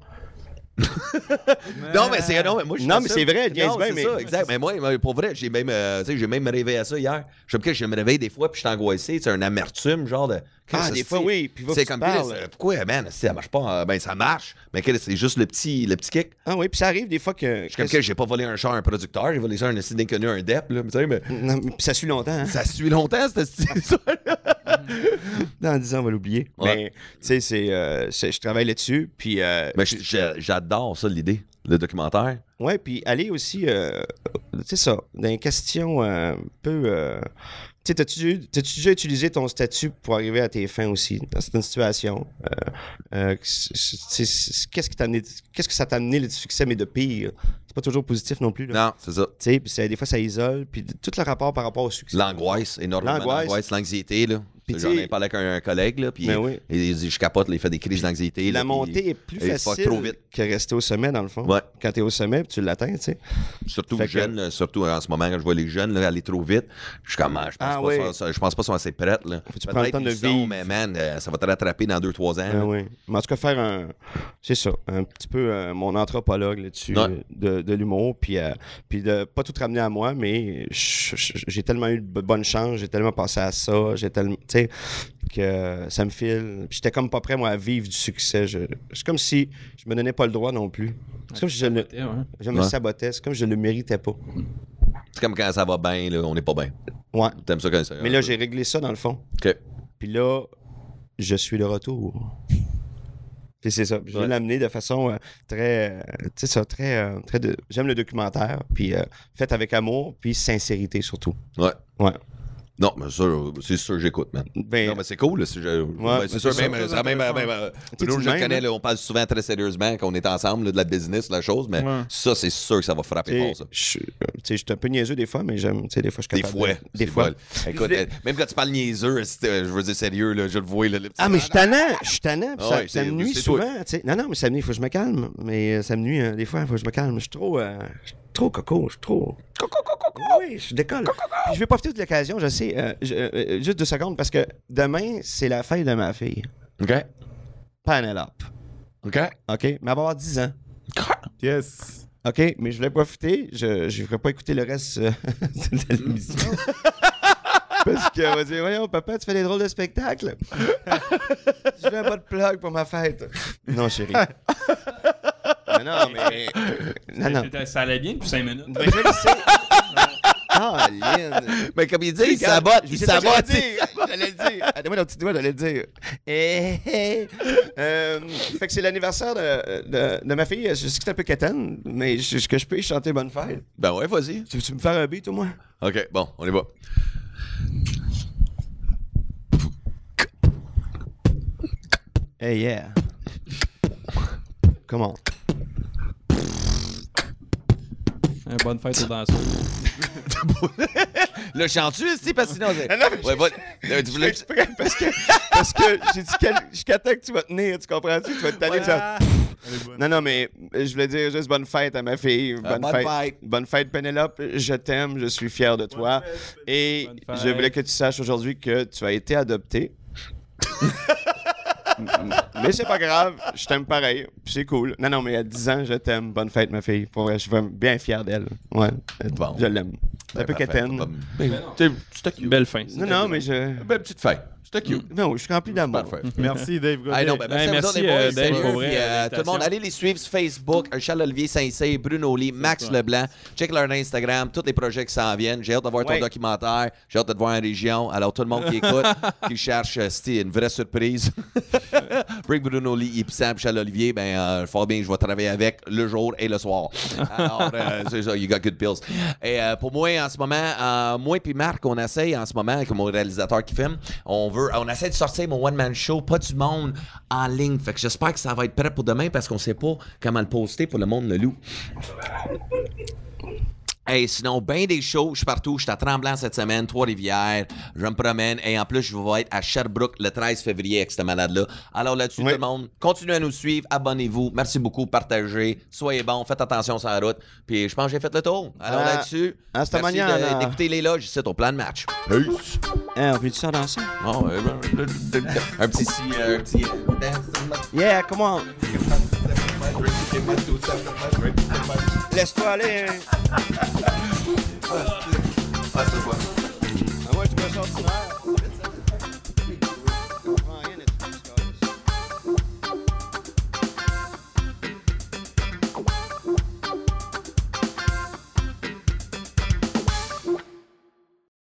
Non, mais c'est moi je non, mais c'est vrai, non, c'est ça, exact. Mais moi, pour vrai, j'ai même rêvé à ça hier. Je me réveille des fois puis je suis angoissé, c'est un amertume genre de des fois oui, puis c'est comme pourquoi man, ça marche pas, ben ça marche, mais c'est juste le petit kick. Ah oui, puis ça arrive des fois que j'ai pas volé un char à un producteur, j'ai volé ça à un assis inconnu, un dep là, tu sais, mais ça suit longtemps. Hein? Ça suit longtemps cette histoire. Dans 10 ans, on va l'oublier. Ouais. Mais tu sais, je travaille là-dessus, puis mais j'adore ça l'idée, le documentaire. Ouais, puis aller aussi, c'est ça, dans une question un peu. Tu sais, t'as-tu déjà utilisé ton statut pour arriver à tes fins aussi, dans certaines situations? Qu'est-ce que ça t'a amené le succès, mais de pire? C'est pas toujours positif non plus. Là. Non, c'est ça. Tu sais, des fois, ça isole, puis tout le rapport par rapport au succès. L'angoisse, énormément d'angoisse, l'anxiété, là. J'en ai parlé avec un collègue, là, puis il dit, je capote, il fait des crises d'anxiété. La montée est plus facile que rester au sommet, dans le fond. Ouais. Quand t'es au sommet, tu l'atteins, tu sais. Surtout jeune, surtout en ce moment, quand je vois les jeunes là, aller trop vite, je suis comme, je pense pas qu'ils sont assez prêtes. Là. Tu prends le temps de vivre. Mais man, ça va te rattraper dans 2-3 ans. Oui. Mais en tout cas, faire c'est ça, un petit peu mon anthropologue là-dessus de l'humour, puis de pas tout ramener à moi, mais j'ai tellement eu de bonne chance, j'ai tellement passé à ça, j'ai tellement, tu sais, que ça me file. Puis j'étais comme pas prêt, moi, à vivre du succès. C'est comme si je me donnais pas le droit non plus. C'est comme si je me sabotais. C'est comme si je le méritais pas. C'est comme quand ça va bien, là, on n'est pas bien. Ouais. T'aimes ça quand ça. Mais là, j'ai réglé ça, dans le fond. OK. Puis là, je suis de retour. Puis c'est ça. Je vais l'amener de façon très... tu sais ça, très... j'aime le documentaire, puis fait avec amour, puis sincérité surtout. Ouais. Ouais. Non, mais c'est sûr que j'écoute, man. Non, mais c'est cool. C'est sûr, même. Nous, je le connais, là, on parle souvent très sérieusement quand on est ensemble là, de la business, la chose, mais ça, c'est sûr que ça va frapper fort, ça. Je suis un peu niaiseux des fois, mais j'aime. Des fois, je suis capable. Des fois. Écoute, même quand tu parles niaiseux, je veux dire sérieux, là, je le vois. Là, mais je suis tannant. Ça me nuit souvent. Non, mais ça me nuit, il faut que je me calme. Mais ça me nuit, des fois, il faut que je me calme. Je suis trop coco, je suis trop... Coco. Oui, je décolle. Puis je vais profiter de l'occasion, je sais, juste 2 secondes, parce que demain, c'est la fête de ma fille. OK. Penelope. OK. Mais elle va avoir 10 ans. Yes. OK, mais je voulais profiter, je ne ferai pas écouter le reste de l'émission. Parce qu'elle va dire, voyons, papa, tu fais des drôles de spectacles. Je veux un bas de plug pour ma fête. Non, chérie. Non. Ça allait bien depuis 5 minutes. Mais je le sais. Ah, Lynn. Mais comme il dit, il sabote. J'allais le dire. Donne-moi ton petit doigt, j'allais le dire. Fait que c'est l'anniversaire de ma fille. Je sais que c'est un peu quétaine, mais est-ce que je peux y chanter Bonne Fête? Ben ouais, vas-y. Tu veux me faire un beat, au moins? OK, bon, on y va. Hey, yeah. Comment? Bonne fête aux danseurs. Le chantu ici, parce que sinon... Tu voulais exprès parce que j'ai dit jusqu'à temps que tu vas tenir, tu comprends-tu? Tu vas te tanner ça. Non, mais je voulais dire juste bonne fête à ma fille. Bonne fête. Bonne fête, Penelope. Je t'aime, je suis fier de toi. Et je voulais que tu saches aujourd'hui que tu as été adopté. Mais c'est pas grave, je t'aime pareil, c'est cool. Non, mais à 10 ans, je t'aime. Bonne fête, ma fille. Pour vrai, je suis bien fier d'elle. Ouais, bon. Je l'aime. C'est un peu quétaine. C'était une belle fin. Non, mais belle petite fête. C'était cute. Non, je suis rempli d'amour. Merci, Dave Godet. Merci, Dave, pour vrai. Tout le monde, allez les suivre sur Facebook. Charles-Olivier Saint-Cyr, Bruno Lee, Max Leblanc. Check leur Instagram, tous les projets qui s'en viennent. J'ai hâte de voir ton documentaire. J'ai hâte de te voir en région. Alors, tout le monde qui écoute, qui cherche, c'était une vraie surprise. Bring Bruno Lee et Charles-Olivier, fort bien, je vais travailler avec le jour et le soir. Alors, c'est ça, you got good pills. Et pour moi, en ce moment, moi et Marc, on essaye en ce moment, avec mon réalisateur qui filme, on essaie de sortir mon one-man show, pas du monde, en ligne. Fait que j'espère que ça va être prêt pour demain parce qu'on sait pas comment le poster pour le monde le loue. Hey, sinon, bien des shows, je suis partout. Je suis à Tremblant cette semaine, Trois-Rivières, je me promène. Et en plus, je vais être à Sherbrooke le 13 février avec cette malade-là. Alors là-dessus, tout le monde, continuez à nous suivre, abonnez-vous. Merci beaucoup, partagez, soyez bons, faites attention sur la route. Puis je pense que j'ai fait le tour. Alors là-dessus, merci d'écouter les loges ici au plan de match. Peace! On fait du ça dans ça? Oh, un petit... Yeah, come on! Laisse-toi aller! À moi, tu me sors du